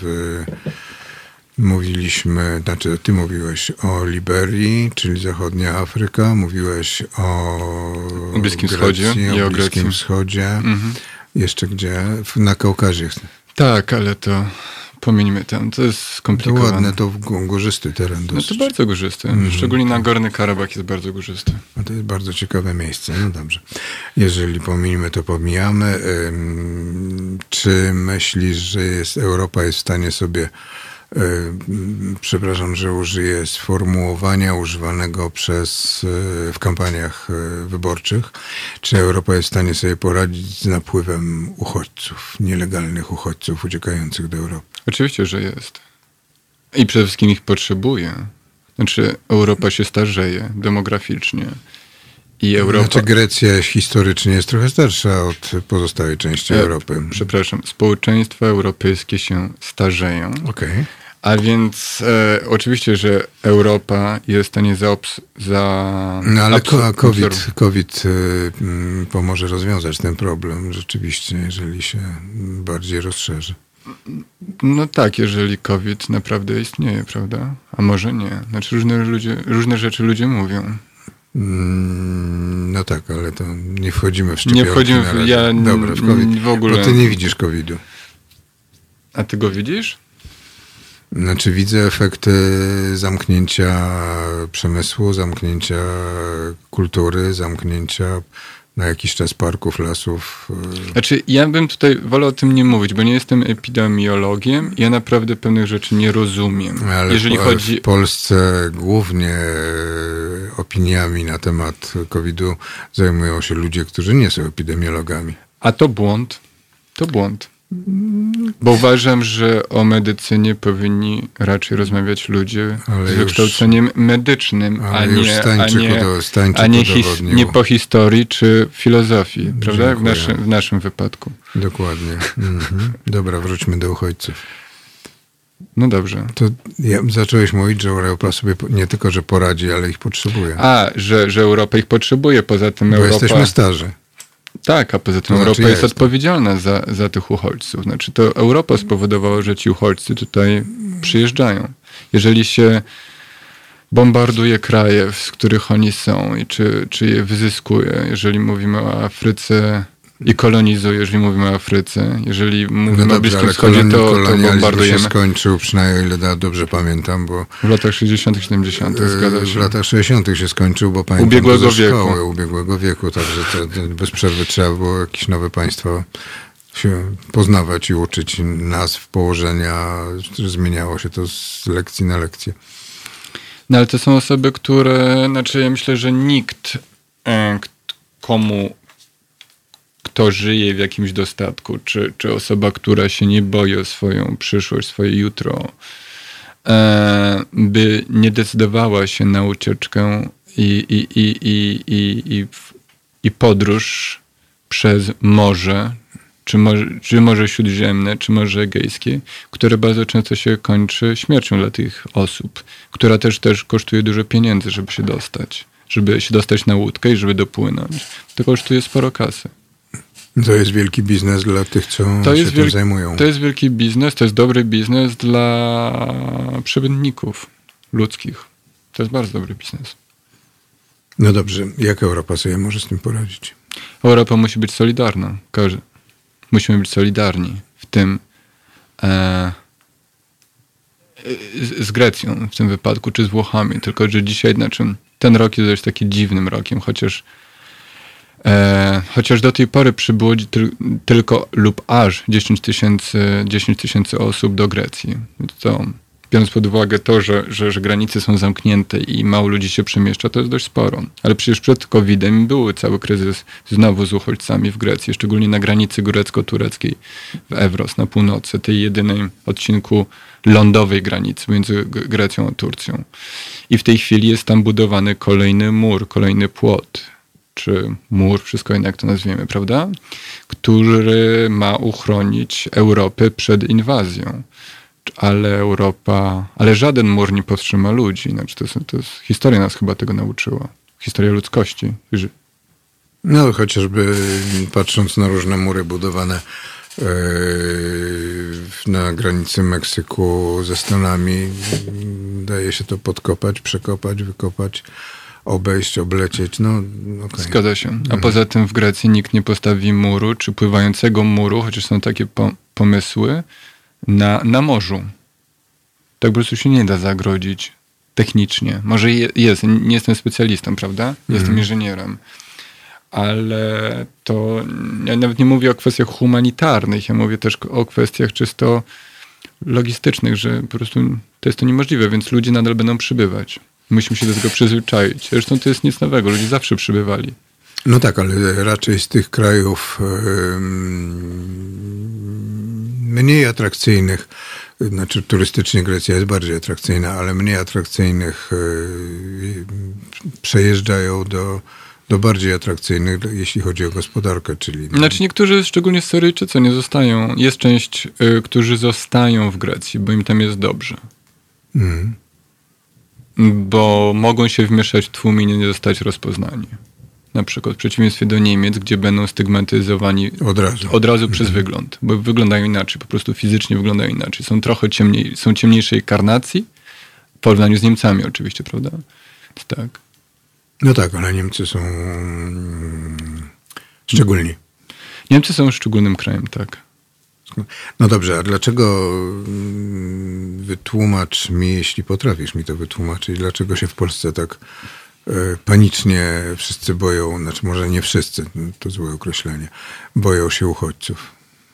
Ty mówiłeś o Liberii, czyli zachodnia Afryka, mówiłeś o Bliskim Grecji, Wschodzie o Bliskim Wschodzie. Mhm. Jeszcze gdzie? Na Kaukazie. Tak, ale to pomieńmy tam. To jest skomplikowane. To ładne, to górzysty teren dosyć. No to bardzo górzysty. Szczególnie na Górny Karabach jest bardzo górzysty. A to jest bardzo ciekawe miejsce. No dobrze. Jeżeli pomijmy, to pomijamy. Czy myślisz, że Europa jest w stanie sobie, przepraszam, że użyję sformułowania używanego w kampaniach wyborczych, czy Europa jest w stanie sobie poradzić z napływem uchodźców, nielegalnych uchodźców uciekających do Europy? Oczywiście, że jest. I przede wszystkim ich potrzebuje. Znaczy, Europa się starzeje demograficznie. I Europa... Znaczy, Grecja historycznie jest trochę starsza od pozostałej części Europy. Przepraszam, społeczeństwa europejskie się starzeją. Okej. A więc oczywiście, że Europa jest w stanie No ale COVID pomoże rozwiązać ten problem rzeczywiście, jeżeli się bardziej rozszerzy. No tak, jeżeli COVID naprawdę istnieje, prawda? A może nie. Znaczy różne rzeczy ludzie mówią. No tak, ale to nie wchodzimy w szczepionki. Nie wchodzimy Dobra, w COVID. W ogóle. Bo ty nie widzisz COVID-u. A ty go widzisz? Znaczy widzę efekty zamknięcia przemysłu, zamknięcia kultury, zamknięcia na jakiś czas parków, lasów. Znaczy ja bym tutaj wolał o tym nie mówić, bo nie jestem epidemiologiem i ja naprawdę pewnych rzeczy nie rozumiem. Ale w Polsce głównie opiniami na temat COVID-u zajmują się ludzie, którzy nie są epidemiologami. A to błąd. To błąd. Bo uważam, że o medycynie powinni raczej rozmawiać ludzie z wykształceniem medycznym, nie po historii czy filozofii, prawda? W naszym wypadku. Dokładnie. Dobra, wróćmy do uchodźców. No dobrze. To zacząłeś mówić, że Europa sobie nie tylko, że poradzi, ale ich potrzebuje. Że Europa ich potrzebuje, poza tym Bo Europa... jesteśmy starzy. Tak, a poza tym Europa jest odpowiedzialna za tych uchodźców. Znaczy to Europa spowodowała, że ci uchodźcy tutaj przyjeżdżają. Jeżeli się bombarduje kraje, z których oni są i czy je wyzyskuje, jeżeli mówimy o Afryce i kolonizuje, jeżeli mówimy o Afryce, jeżeli mówimy o Bliskim Wschodzie, to bombardujemy. Się skończył, przynajmniej o ile dobrze pamiętam, bo... W latach 60 70 zgadza się. W latach 60 się skończył, bo pamiętam ubiegłego wieku, także to bez przerwy trzeba było jakieś nowe państwo się poznawać i uczyć nazw, położenia, zmieniało się to z lekcji na lekcję. No ale to są osoby, które, znaczy ja myślę, że nikt, kto żyje w jakimś dostatku, czy osoba, która się nie boi o swoją przyszłość, swoje jutro, by nie decydowała się na ucieczkę i podróż przez morze, czy Morze Śródziemne, czy Morze Egejskie, które bardzo często się kończy śmiercią dla tych osób, która też kosztuje dużo pieniędzy, żeby się dostać. żeby się dostać na łódkę i żeby dopłynąć. To kosztuje sporo kasy. To jest wielki biznes dla tych, co się tym zajmują. To jest wielki biznes, to jest dobry biznes dla przewodników ludzkich. To jest bardzo dobry biznes. No dobrze, jak Europa sobie może z tym poradzić? Europa musi być solidarna. Musimy być solidarni w tym z Grecją w tym wypadku, czy z Włochami. Tylko, że dzisiaj, ten rok jest dość taki dziwnym rokiem, chociaż do tej pory przybyło tylko lub aż 10 tysięcy osób do Grecji. To, biorąc pod uwagę to, że granice są zamknięte i mało ludzi się przemieszcza, to jest dość sporo. Ale przecież przed COVID-em był cały kryzys znowu z uchodźcami w Grecji, szczególnie na granicy grecko-tureckiej w Evros, na północy, tej jedynej odcinku lądowej granicy między Grecją a Turcją. I w tej chwili jest tam budowany kolejny mur, kolejny płot, czy mur, wszystko inne jak to nazwiemy, prawda? Który ma uchronić Europę przed inwazją. Ale żaden mur nie powstrzyma ludzi. Znaczy to jest, historia nas chyba tego nauczyła. Historia ludzkości. No, chociażby patrząc na różne mury budowane na granicy Meksyku ze Stanami, daje się to podkopać, przekopać, wykopać, obejść, oblecieć. No, okay. Zgadza się. A poza tym w Grecji nikt nie postawi muru, czy pływającego muru, chociaż są takie pomysły, na morzu. Tak po prostu się nie da zagrodzić technicznie. Może jest, nie jestem specjalistą, prawda? Jestem inżynierem. Ale to ja nawet nie mówię o kwestiach humanitarnych, ja mówię też o kwestiach czysto logistycznych, że po prostu to jest to niemożliwe, więc ludzie nadal będą przybywać. Musimy się do tego przyzwyczaić. Zresztą to jest nic nowego, ludzie zawsze przybywali. No tak, ale raczej z tych krajów mniej atrakcyjnych, znaczy turystycznie Grecja jest bardziej atrakcyjna, ale mniej atrakcyjnych przejeżdżają do bardziej atrakcyjnych, jeśli chodzi o gospodarkę, czyli... Znaczy niektórzy, szczególnie Syryjczycy, nie zostają. Jest część, którzy zostają w Grecji, bo im tam jest dobrze. Bo mogą się wmieszać w tłum i nie zostać rozpoznani. Na przykład w przeciwieństwie do Niemiec, gdzie będą stygmatyzowani od razu przez wygląd, bo wyglądają inaczej, po prostu fizycznie wyglądają inaczej. Są trochę są ciemniejszej karnacji, w porównaniu z Niemcami oczywiście, prawda? Tak. No tak, ale Niemcy są szczególni. Niemcy są szczególnym krajem, tak. No dobrze, a dlaczego, wytłumacz mi, jeśli potrafisz mi to wytłumaczyć, dlaczego się w Polsce tak panicznie wszyscy boją, znaczy może nie wszyscy, to złe określenie, boją się uchodźców.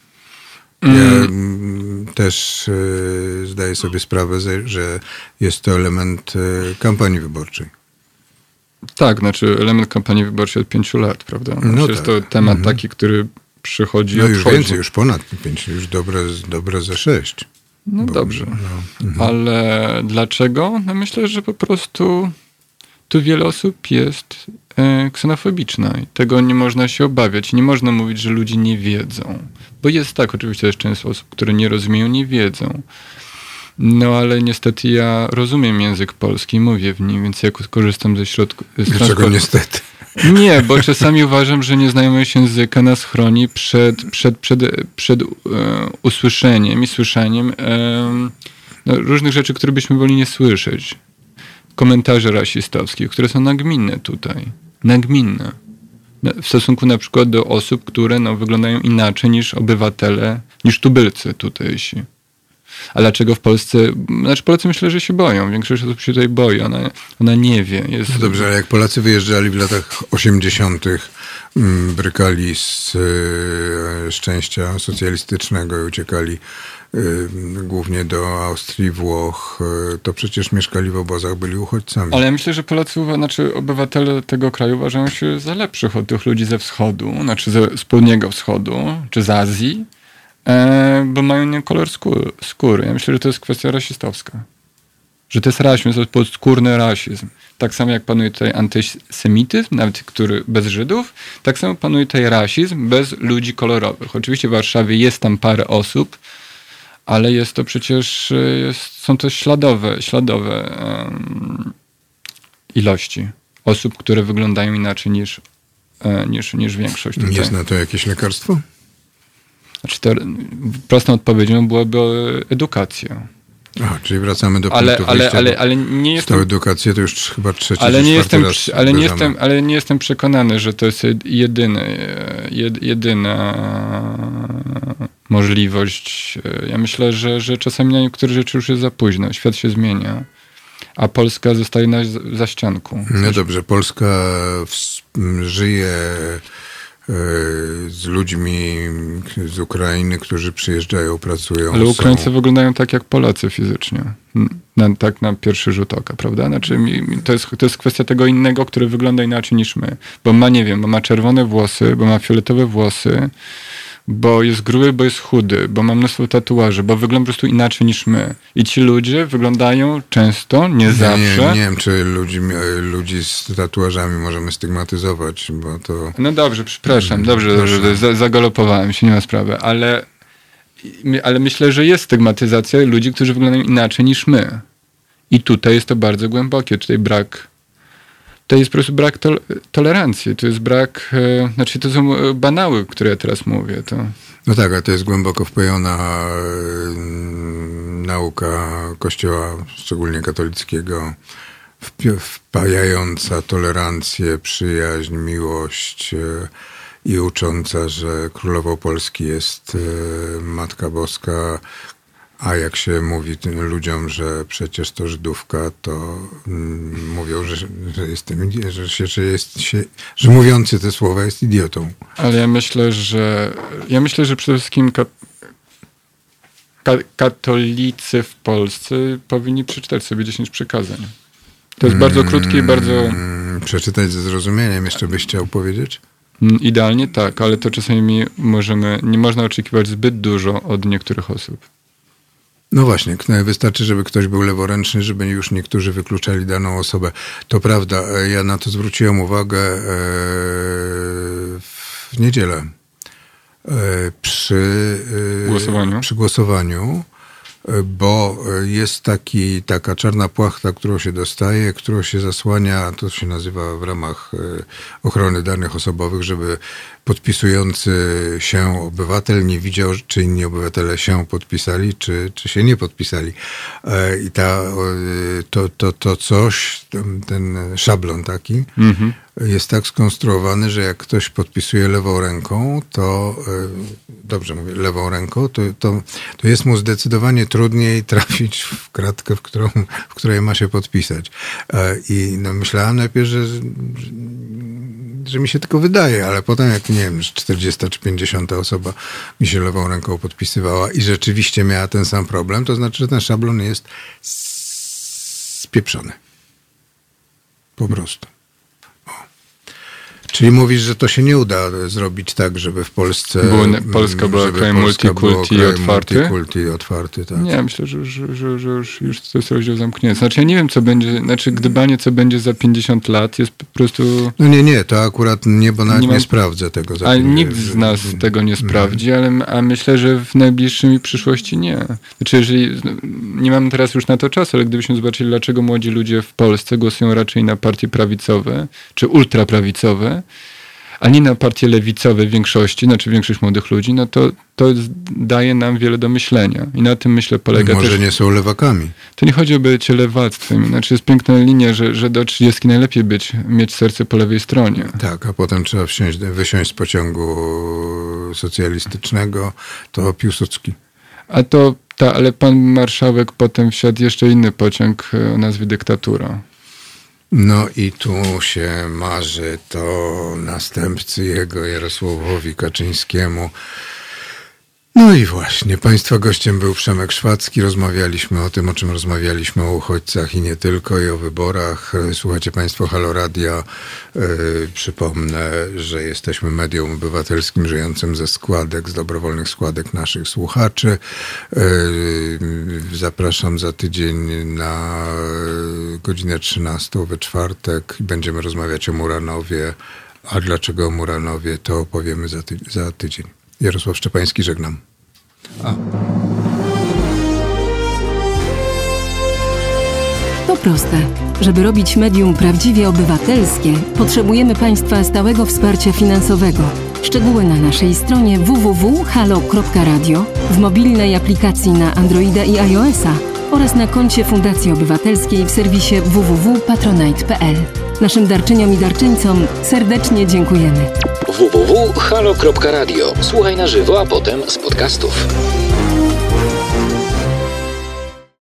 Ja też zdaję sobie sprawę, że jest to element kampanii wyborczej. Tak, znaczy element kampanii wyborczej od 5 lat, prawda? No tak. Jest to temat taki, który przychodzi i odchodzi. już więcej, już ponad 5, już dobre ze 6. No dobrze. Ale dlaczego? No myślę, że po prostu tu wiele osób jest ksenofobiczna i tego nie można się obawiać. Nie można mówić, że ludzie nie wiedzą. Bo jest tak, oczywiście jest często osób, które nie rozumieją, nie wiedzą. No ale niestety ja rozumiem język polski i mówię w nim, więc ja korzystam ze środków... Dlaczego niestety? Nie, bo czasami uważam, że nieznajomość języka nas chroni przed usłyszeniem i słyszeniem różnych rzeczy, które byśmy woli nie słyszeć. Komentarzy rasistowskich, które są nagminne tutaj. Nagminne. W stosunku na przykład do osób, które wyglądają inaczej niż obywatele, niż tubylcy tutejsi. A dlaczego w Polsce... Znaczy Polacy myślę, że się boją. Większość osób się tutaj boi. Ona nie wie. Jest... No dobrze, ale jak Polacy wyjeżdżali w latach 80., brykali z szczęścia socjalistycznego i uciekali głównie do Austrii, Włoch, to przecież mieszkali w obozach, byli uchodźcami. Ale ja myślę, że Polacy, znaczy obywatele tego kraju uważają się za lepszych od tych ludzi ze wschodu, znaczy z południego wschodu, czy z Azji, bo mają inny kolor skóry. Ja myślę, że to jest kwestia rasistowska. Że to jest rasizm, to jest podskórny rasizm. Tak samo jak panuje tutaj antysemityzm, nawet który bez Żydów, tak samo panuje tutaj rasizm bez ludzi kolorowych. Oczywiście w Warszawie jest tam parę osób, ale jest to przecież, są to śladowe ilości osób, które wyglądają inaczej niż większość tutaj. Jest na to jakieś lekarstwo? Znaczy prostą odpowiedzią byłaby edukacja. Aha, czyli wracamy do punktu wyjścia. Ale nie jestem... To edukację to już chyba trzeci czy czwarty raz. Ale nie jestem przekonany, że to jest jedyna możliwość. Ja myślę, że czasami na niektóre rzeczy już jest za późno. Świat się zmienia, a Polska zostaje na zaścianku. No dobrze, Polska żyje z ludźmi z Ukrainy, którzy przyjeżdżają, pracują. Ale Ukraińcy wyglądają tak jak Polacy fizycznie. Tak na pierwszy rzut oka, prawda? Znaczy, to jest kwestia tego innego, który wygląda inaczej niż my. Bo ma czerwone włosy, bo ma fioletowe włosy, bo jest gruby, bo jest chudy, bo ma mnóstwo tatuaży, bo wygląda po prostu inaczej niż my. I ci ludzie wyglądają często, nie zawsze. Nie wiem, czy ludzi z tatuażami możemy stygmatyzować, bo to... No dobrze, przepraszam, dobrze, zagalopowałem się, nie ma sprawy, ale myślę, że jest stygmatyzacja ludzi, którzy wyglądają inaczej niż my. I tutaj jest to bardzo głębokie, to jest po prostu brak tolerancji, to jest brak, to są banały, które ja teraz mówię. No tak, ale to jest głęboko wpojona nauka Kościoła, szczególnie katolickiego, wpajająca tolerancję, przyjaźń, miłość i ucząca, że królową Polski jest Matka Boska, a jak się mówi tym ludziom, że przecież to Żydówka, to mówią, że mówiący te słowa jest idiotą. Ale ja myślę, że przede wszystkim katolicy w Polsce powinni przeczytać sobie 10 przykazań. To jest bardzo krótkie i bardzo... Przeczytać ze zrozumieniem, jeszcze byś chciał powiedzieć? Idealnie tak, ale to czasami nie można oczekiwać zbyt dużo od niektórych osób. No właśnie, wystarczy, żeby ktoś był leworęczny, żeby już niektórzy wykluczali daną osobę. To prawda, ja na to zwróciłem uwagę w niedzielę przy głosowaniu, bo jest taka czarna płachta, którą się dostaje, którą się zasłania, to się nazywa w ramach ochrony danych osobowych, żeby podpisujący się obywatel nie widział, czy inni obywatele się podpisali, czy się nie podpisali. I to coś, ten szablon taki, jest tak skonstruowany, że jak ktoś podpisuje lewą ręką, to, dobrze mówię, lewą ręką, to jest mu zdecydowanie trudniej trafić w kratkę, w której ma się podpisać. I myślałem najpierw, że mi się tylko wydaje, ale potem jak, nie wiem, 40 czy 50 osoba mi się lewą ręką podpisywała i rzeczywiście miała ten sam problem, to znaczy, że ten szablon jest spieprzony. Po prostu. Czyli mówisz, że to się nie uda zrobić tak, żeby w Polsce... Polska była krajem multikulti i otwarty. Tak. Nie, myślę, że już to jest rozdział zamknięty. Znaczy ja nie wiem, co będzie, gdybanie, co będzie za 50 lat, jest po prostu... No nie, to akurat nie, bo nawet nie sprawdzę tego. Ale nikt z nas tego nie sprawdzi, a myślę, że w najbliższej przyszłości nie. Znaczy, jeżeli... Nie mam teraz już na to czasu, ale gdybyśmy zobaczyli, dlaczego młodzi ludzie w Polsce głosują raczej na partie prawicowe, czy ultraprawicowe, a nie na partie lewicowe w większości, znaczy większość młodych ludzi, no to daje nam wiele do myślenia. I na tym, myślę, polega może też... nie są lewakami. To nie chodzi o bycie lewactwem. Znaczy jest piękna linia, że do 30 najlepiej mieć serce po lewej stronie. Tak, a potem trzeba wysiąść z pociągu socjalistycznego, to Piłsudski. Ale pan marszałek potem wsiadł jeszcze inny pociąg o nazwie dyktatura. No i tu się marzy to następcy jego, Jarosławowi Kaczyńskiemu. No i właśnie, państwa gościem był Przemek Szwadzki. Rozmawialiśmy o tym, o czym rozmawialiśmy, o uchodźcach i nie tylko, i o wyborach. Słuchacie państwo Halo Radia. Przypomnę, że jesteśmy medium obywatelskim żyjącym ze składek, z dobrowolnych składek naszych słuchaczy. Zapraszam za tydzień na godzinę 13 we czwartek. Będziemy rozmawiać o Muranowie. A dlaczego o Muranowie, to opowiemy za tydzień. Jarosław Szczepański, żegnam. To proste. Żeby robić medium prawdziwie obywatelskie, potrzebujemy Państwa stałego wsparcia finansowego. Szczegóły na naszej stronie www.halo.radio, w mobilnej aplikacji na Androida i iOS-a oraz na koncie Fundacji Obywatelskiej w serwisie www.patronite.pl. Naszym darczyniom i darczyńcom serdecznie dziękujemy. www.halo.radio. Słuchaj na żywo, a potem z podcastów.